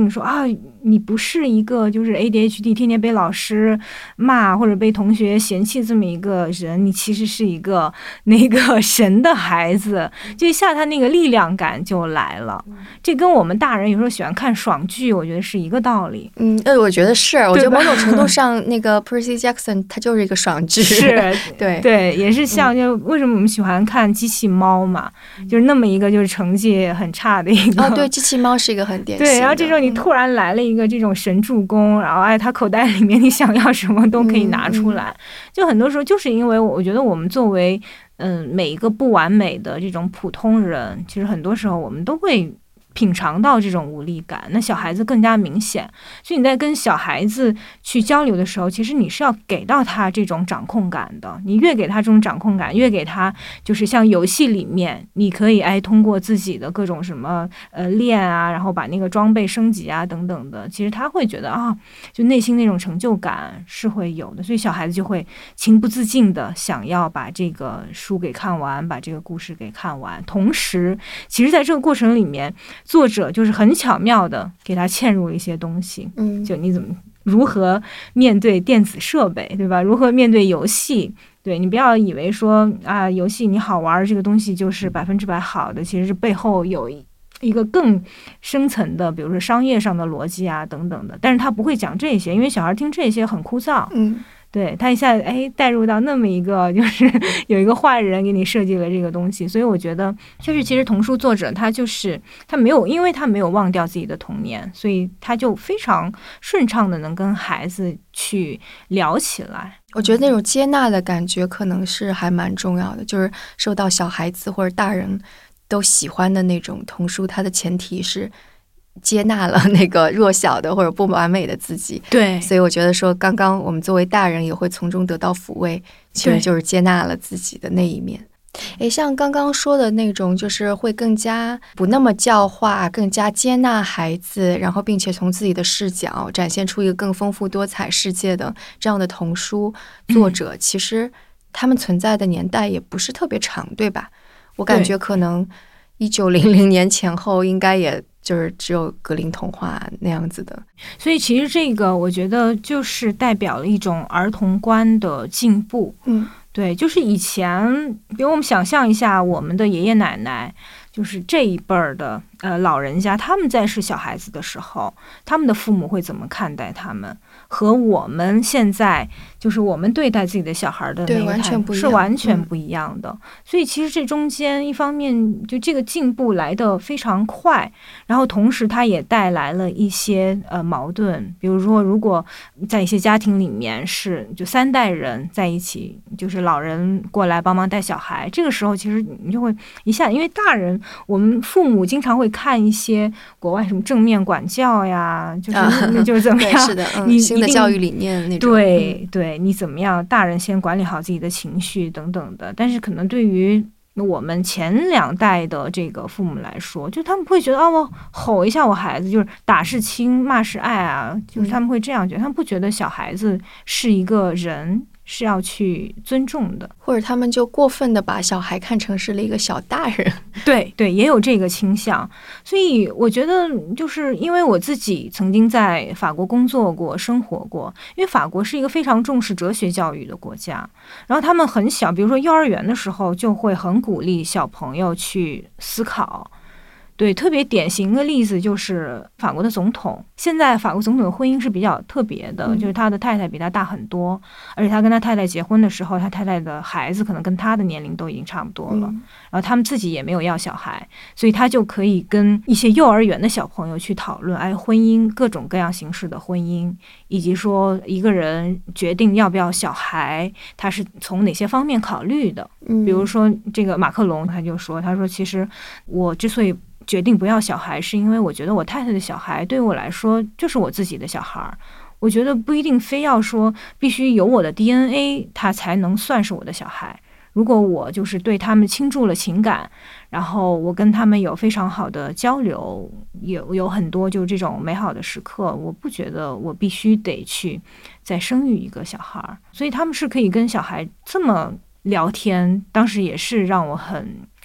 Speaker 4: 定说啊，你不是一个就是 A D H D 天天被老师骂或者被同学嫌弃这么一个人，你其实是一个那个神的孩子，就一下他那个力量感就来了。这跟我们大人有时候喜欢看爽剧，我觉得是一个道理。
Speaker 3: 嗯，呃，我觉得是，我觉得某种程度上，那个 Percy Jackson 他就是一个爽剧，
Speaker 4: 是，
Speaker 3: 对
Speaker 4: 对，也是像就为什么我们喜欢看机器猫嘛，嗯、就是那么一个就是成绩很差的一个。
Speaker 3: 哦，对，机器猫是一个很典型的。
Speaker 4: 对，然后这时候你突然来了一个这种神助攻，嗯、然后哎，他口袋里面你想要什么都可以拿出来。嗯、就很多时候就是因为我觉得我们作为嗯每一个不完美的这种普通人，其实很多时候我们都会品尝到这种无力感，那小孩子更加明显。所以你在跟小孩子去交流的时候，其实你是要给到他这种掌控感的。你越给他这种掌控感，越给他就是像游戏里面，你可以哎通过自己的各种什么呃练啊，然后把那个装备升级啊等等的，其实他会觉得啊，就内心那种成就感是会有的。所以小孩子就会情不自禁的想要把这个书给看完，把这个故事给看完。同时，其实在这个过程里面，作者就是很巧妙的给他嵌入了一些东西，嗯，就你怎么如何面对电子设备，对吧？如何面对游戏？对，你不要以为说啊，游戏你好玩，这个东西就是百分之百好的，其实是背后有一个更深层的，比如说商业上的逻辑啊等等的。但是他不会讲这些，因为小孩听这些很枯燥，嗯。对，他一下哎带入到那么一个就是有一个坏人给你设计了这个东西，所以我觉得就是其实童书作者他就是他没有，因为他没有忘掉自己的童年，所以他就非常顺畅的能跟孩子去聊起来。
Speaker 3: 我觉得那种接纳的感觉可能是还蛮重要的，就是受到小孩子或者大人都喜欢的那种童书，它的前提是接纳了那个弱小的或者不完美的自己。
Speaker 4: 对，
Speaker 3: 所以我觉得说刚刚我们作为大人也会从中得到抚慰，其实就是接纳了自己的那一面。诶，像刚刚说的那种就是会更加不那么教化，更加接纳孩子，然后并且从自己的视角展现出一个更丰富多彩世界的这样的童书作者，嗯、其实他们存在的年代也不是特别长，对吧？我感觉可能一九零零年前后应该也就是只有格林童话那样子的。
Speaker 4: 所以其实这个我觉得就是代表了一种儿童观的进步。嗯，对，就是以前比如我们想象一下我们的爷爷奶奶，就是这一辈儿的呃老人家，他们在是小孩子的时候，他们的父母会怎么看待他们，和我们现在就是我们对待自己的小孩的那个态度是完全不一样的。嗯、所以其实这中间一方面就这个进步来得非常快，然后同时它也带来了一些呃矛盾，比如说如果在一些家庭里面是就三代人在一起，就是老人过来帮忙带小孩，这个时候其实你就会一下，因为大人我们父母经常会看一些国外什么正面管教呀，就是、啊、就是怎么样，
Speaker 3: 是的，嗯、新的教育理念那种，
Speaker 4: 对对，你怎么样，大人先管理好自己的情绪等等的。但是可能对于我们前两代的这个父母来说，就他们会觉得啊，我吼一下我孩子就是打是亲，骂是爱啊，就是他们会这样觉得，他们不觉得小孩子是一个人，是要去尊重的，
Speaker 3: 或者他们就过分的把小孩看成是了一个小大人。
Speaker 4: 对对，也有这个倾向。所以我觉得就是因为我自己曾经在法国工作过生活过，因为法国是一个非常重视哲学教育的国家，然后他们很小，比如说幼儿园的时候就会很鼓励小朋友去思考。对，特别典型的例子就是法国的总统。现在法国总统的婚姻是比较特别的，嗯、就是他的太太比他大很多，而且他跟他太太结婚的时候，他太太的孩子可能跟他的年龄都已经差不多了。嗯、然后他们自己也没有要小孩，所以他就可以跟一些幼儿园的小朋友去讨论，哎，婚姻各种各样形式的婚姻，以及说一个人决定要不要小孩，他是从哪些方面考虑的。嗯、比如说这个马克龙他就说，他说其实我之所以决定不要小孩，是因为我觉得我太太的小孩对我来说就是我自己的小孩，我觉得不一定非要说必须有我的 D N A 他才能算是我的小孩。如果我就是对他们倾注了情感，然后我跟他们有非常好的交流，有有很多就这种美好的时刻，我不觉得我必须得去再生育一个小孩。所以他们是可以跟小孩这么聊天，当时也是让我很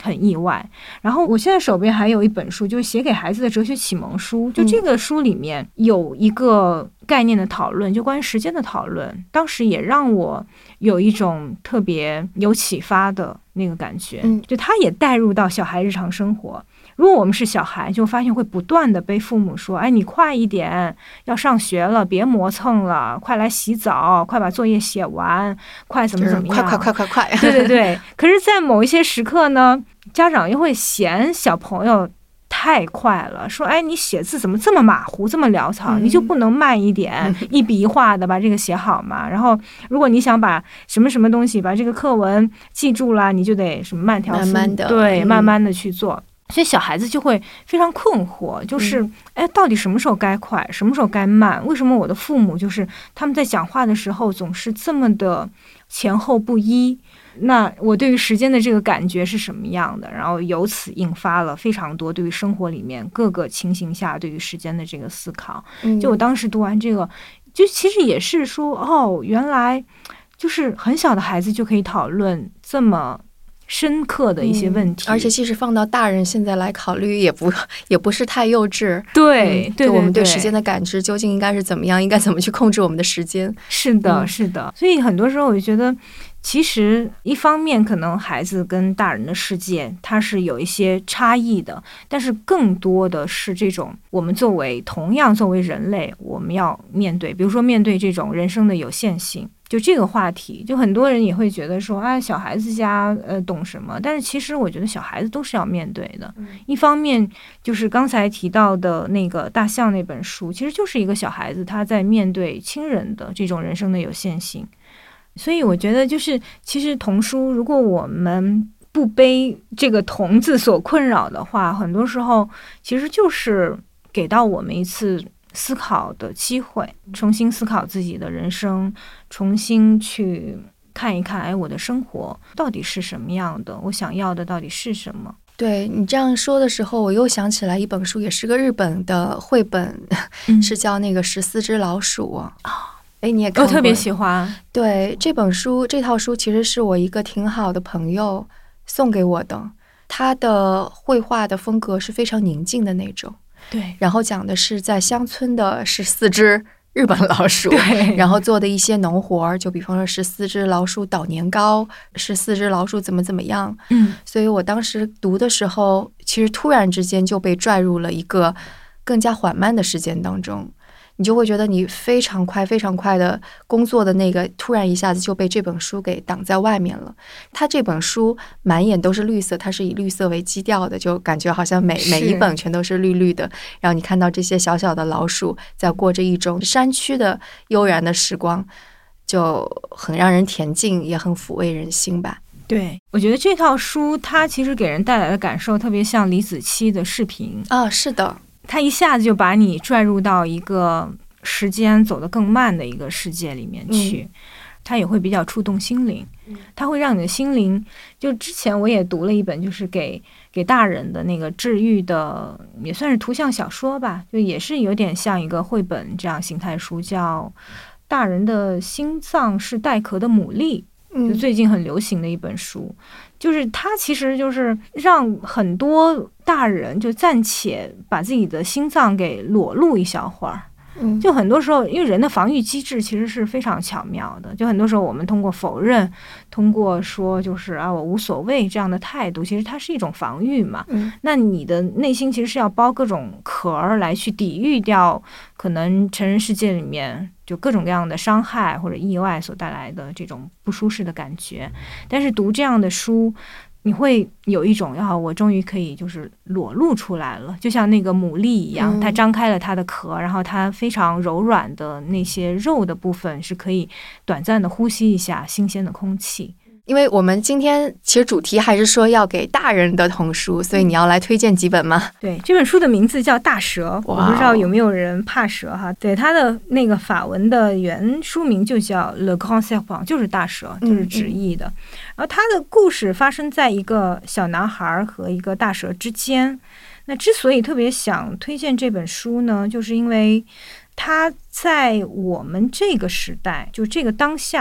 Speaker 4: 很意外。然后我现在手边还有一本书，就是写给孩子的哲学启蒙书，就这个书里面有一个概念的讨论，就关于时间的讨论，当时也让我有一种特别有启发的那个感觉，就它也带入到小孩日常生活。如果我们是小孩，就发现会不断的被父母说，哎，你快一点，要上学了，别磨蹭了，快来洗澡，快把作业写完，快怎么怎么样，
Speaker 3: 快快快快快。
Speaker 4: 对对对。可是在某一些时刻呢，家长又会嫌小朋友太快了，说，哎，你写字怎么这么马虎，这么潦草，你就不能慢一点，嗯、一笔一画的把这个写好嘛？然后，如果你想把什么什么东西，把这个课文记住了，你就得什么慢条斯理，
Speaker 3: 慢慢的，
Speaker 4: 对，
Speaker 3: 嗯、
Speaker 4: 慢慢的去做。所以小孩子就会非常困惑，就是，嗯、哎，到底什么时候该快，什么时候该慢？为什么我的父母就是他们在讲话的时候总是这么的前后不一？那我对于时间的这个感觉是什么样的？然后由此引发了非常多对于生活里面各个情形下对于时间的这个思考。就我当时读完这个，就其实也是说，哦，原来就是很小的孩子就可以讨论这么深刻的一些问题，
Speaker 3: 嗯、而且即使放到大人现在来考虑，也不也不是太幼稚。
Speaker 4: 对，
Speaker 3: 嗯、对，我们对时间的感知究竟应该是怎么样，应该怎么去控制我们的时间？
Speaker 4: 是的，嗯、是的。所以很多时候我就觉得，其实一方面可能孩子跟大人的世界它是有一些差异的，但是更多的是这种我们作为同样作为人类，我们要面对，比如说面对这种人生的有限性。就这个话题，就很多人也会觉得说，啊，小孩子家呃懂什么？但是其实我觉得小孩子都是要面对的。嗯、一方面就是刚才提到的那个大象那本书，其实就是一个小孩子他在面对亲人的这种人生的有限性。所以我觉得就是其实童书，如果我们不被这个童字所困扰的话，很多时候其实就是给到我们一次思考的机会，重新思考自己的人生，重新去看一看，哎，我的生活到底是什么样的，我想要的到底是什么。
Speaker 3: 对，你这样说的时候，我又想起来一本书，也是个日本的绘本，嗯、是叫那个十四只老鼠啊。哎，你也看过？
Speaker 4: 我特别喜欢。
Speaker 3: 对，这本书这套书其实是我一个挺好的朋友送给我的，他的绘画的风格是非常宁静的那种。
Speaker 4: 对，
Speaker 3: 然后讲的是在乡村的十四只日本老鼠，
Speaker 4: 对，
Speaker 3: 然后做的一些农活，就比方说十四只老鼠捣年糕，十四只老鼠怎么怎么样。
Speaker 4: 嗯，
Speaker 3: 所以我当时读的时候，其实突然之间就被拽入了一个更加缓慢的时间当中。你就会觉得你非常快非常快的工作的那个突然一下子就被这本书给挡在外面了。它这本书满眼都是绿色，它是以绿色为基调的，就感觉好像每每一本全都是绿绿的，然后你看到这些小小的老鼠在过着一种山区的悠然的时光，就很让人恬静，也很抚慰人心吧。
Speaker 4: 对，我觉得这套书它其实给人带来的感受特别像李子柒的视频
Speaker 3: 啊，是的，
Speaker 4: 它一下子就把你拽入到一个时间走得更慢的一个世界里面去，嗯、它也会比较触动心灵，它会让你的心灵，就之前我也读了一本就是给给大人的那个治愈的，也算是图像小说吧，就也是有点像一个绘本这样形态书，叫大人的心脏是带壳的牡蛎，就最近很流行的一本书。就是它其实就是让很多大人就暂且把自己的心脏给裸露一小会儿。
Speaker 3: 嗯，
Speaker 4: 就很多时候因为人的防御机制其实是非常巧妙的，就很多时候我们通过否认，通过说就是啊我无所谓这样的态度，其实它是一种防御嘛。
Speaker 3: 嗯，
Speaker 4: 那你的内心其实是要包各种壳来去抵御掉可能成人世界里面就各种各样的伤害或者意外所带来的这种不舒适的感觉。但是读这样的书，你会有一种啊，我终于可以就是裸露出来了，就像那个牡蛎一样，它张开了它的壳，然后它非常柔软的那些肉的部分是可以短暂的呼吸一下新鲜的空气。
Speaker 3: 因为我们今天其实主题还是说要给大人的童书，所以你要来推荐几本吗？
Speaker 4: 对，这本书的名字叫《大蛇》，我不知道有没有人怕蛇哈。对，它的那个法文的原书名就叫 Le Grand Serpent， 就是大蛇，就是直译的。嗯嗯，然后它的故事发生在一个小男孩和一个大蛇之间。那之所以特别想推荐这本书呢，就是因为它在我们这个时代，就这个当下，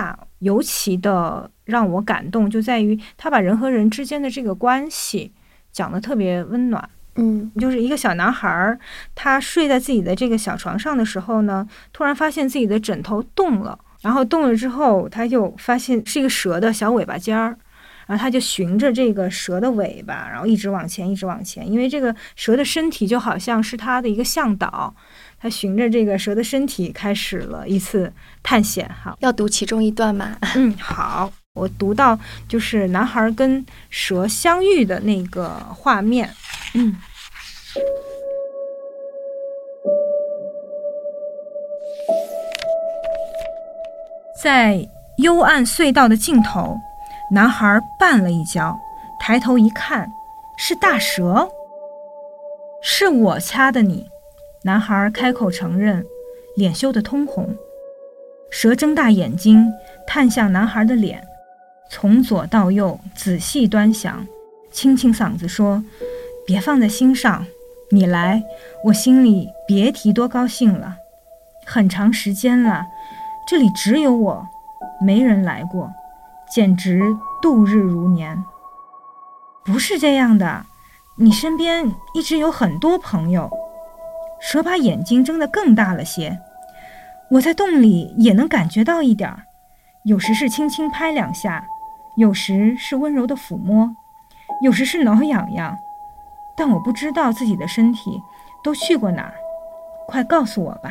Speaker 4: 尤其的让我感动，就在于他把人和人之间的这个关系讲得特别温暖。
Speaker 3: 嗯，
Speaker 4: 就是一个小男孩，他睡在自己的这个小床上的时候呢，突然发现自己的枕头动了，然后动了之后，他就发现是一个蛇的小尾巴尖儿，然后他就循着这个蛇的尾巴，然后一直往前，一直往前，因为这个蛇的身体就好像是他的一个向导，他循着这个蛇的身体开始了一次探险。好，
Speaker 3: 要读其中一段吗？
Speaker 4: 嗯，好，我读到就是男孩跟蛇相遇的那个画面。嗯，在幽暗隧道的尽头，男孩绊了一跤，抬头一看，是大蛇。是我掐的你，男孩开口承认，脸羞得通红。蛇睁大眼睛探向男孩的脸，从左到右仔细端详，清清嗓子说，别放在心上，你来，我心里别提多高兴了。很长时间了，这里只有我，没人来过，简直度日如年。不是这样的，你身边一直有很多朋友。蛇把眼睛睁得更大了些，我在洞里也能感觉到一点，有时是轻轻拍两下，有时是温柔的抚摸，有时是挠痒痒，但我不知道自己的身体都去过哪儿，快告诉我吧。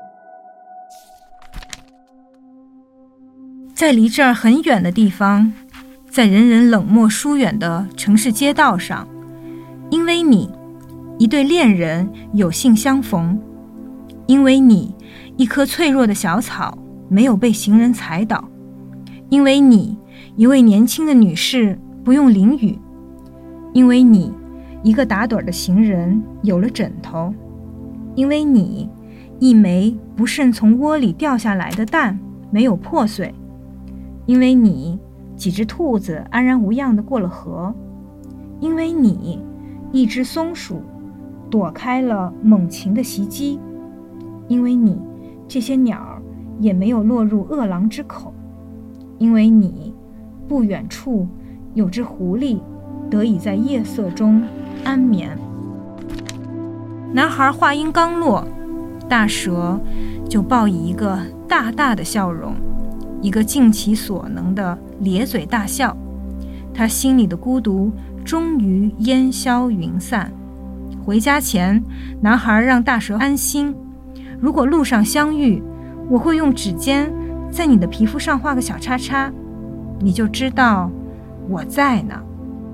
Speaker 4: 在离这儿很远的地方，在人人冷漠疏远的城市街道上，因为你，一对恋人有幸相逢；因为你，一棵脆弱的小草没有被行人踩倒；因为你，一位年轻的女士不用淋雨；因为你，一个打盹的行人有了枕头；因为你，一枚不慎从窝里掉下来的蛋没有破碎；因为你，几只兔子安然无恙地过了河；因为你，一只松鼠躲开了猛禽的袭击；因为你，这些鸟也没有落入饿狼之口；因为你，不远处有只狐狸得以在夜色中安眠。男孩话音刚落，大蛇就报以一个大大的笑容，一个尽其所能的咧嘴大笑。他心里的孤独终于烟消云散。回家前，男孩让大蛇安心，如果路上相遇，我会用指尖在你的皮肤上画个小叉叉，你就知道我在呢。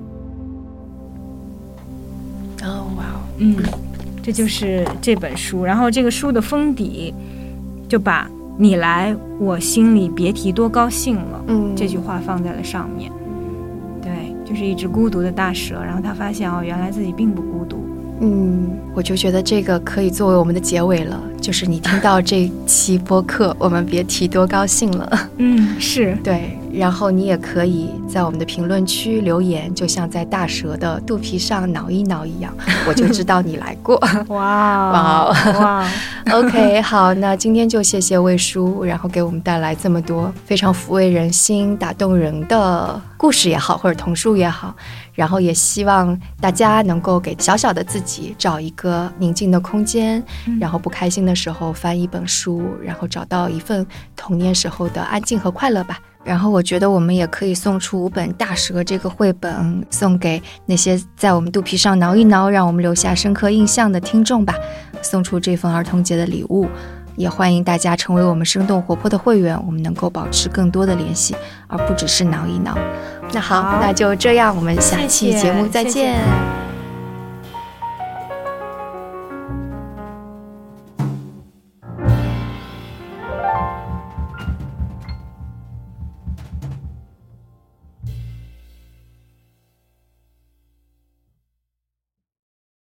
Speaker 3: 哦，哇，
Speaker 4: 嗯，这就是这本书。然后这个书的封底就把你来，我心里别提多高兴了，
Speaker 3: 嗯，
Speaker 4: 这句话放在了上面。对，就是一只孤独的大蛇，然后他发现哦，原来自己并不孤独。
Speaker 3: 嗯，我就觉得这个可以作为我们的结尾了，就是你听到这期播客，我们别提多高兴了。
Speaker 4: 嗯，是
Speaker 3: 对，然后你也可以在我们的评论区留言，就像在大蛇的肚皮上挠一挠一样，我就知道你来过。
Speaker 4: 哇
Speaker 3: 哇
Speaker 4: 哇
Speaker 3: OK， 好，那今天就谢谢魏叔，然后给我们带来这么多非常抚慰人心、打动人的故事也好，或者童书也好，然后也希望大家能够给小小的自己找一个宁静的空间，
Speaker 4: 嗯、
Speaker 3: 然后不开心的时候翻一本书，然后找到一份童年时候的安静和快乐吧。然后我觉得我们也可以送出五本大蛇这个绘本，送给那些在我们肚皮上挠一挠让我们留下深刻印象的听众吧，送出这份儿童节的礼物。也欢迎大家成为我们生动活泼的会员，我们能够保持更多的联系，而不只是挠一挠。那好，
Speaker 4: 好
Speaker 3: 那就这样，我们下期节目再见。
Speaker 4: 谢谢。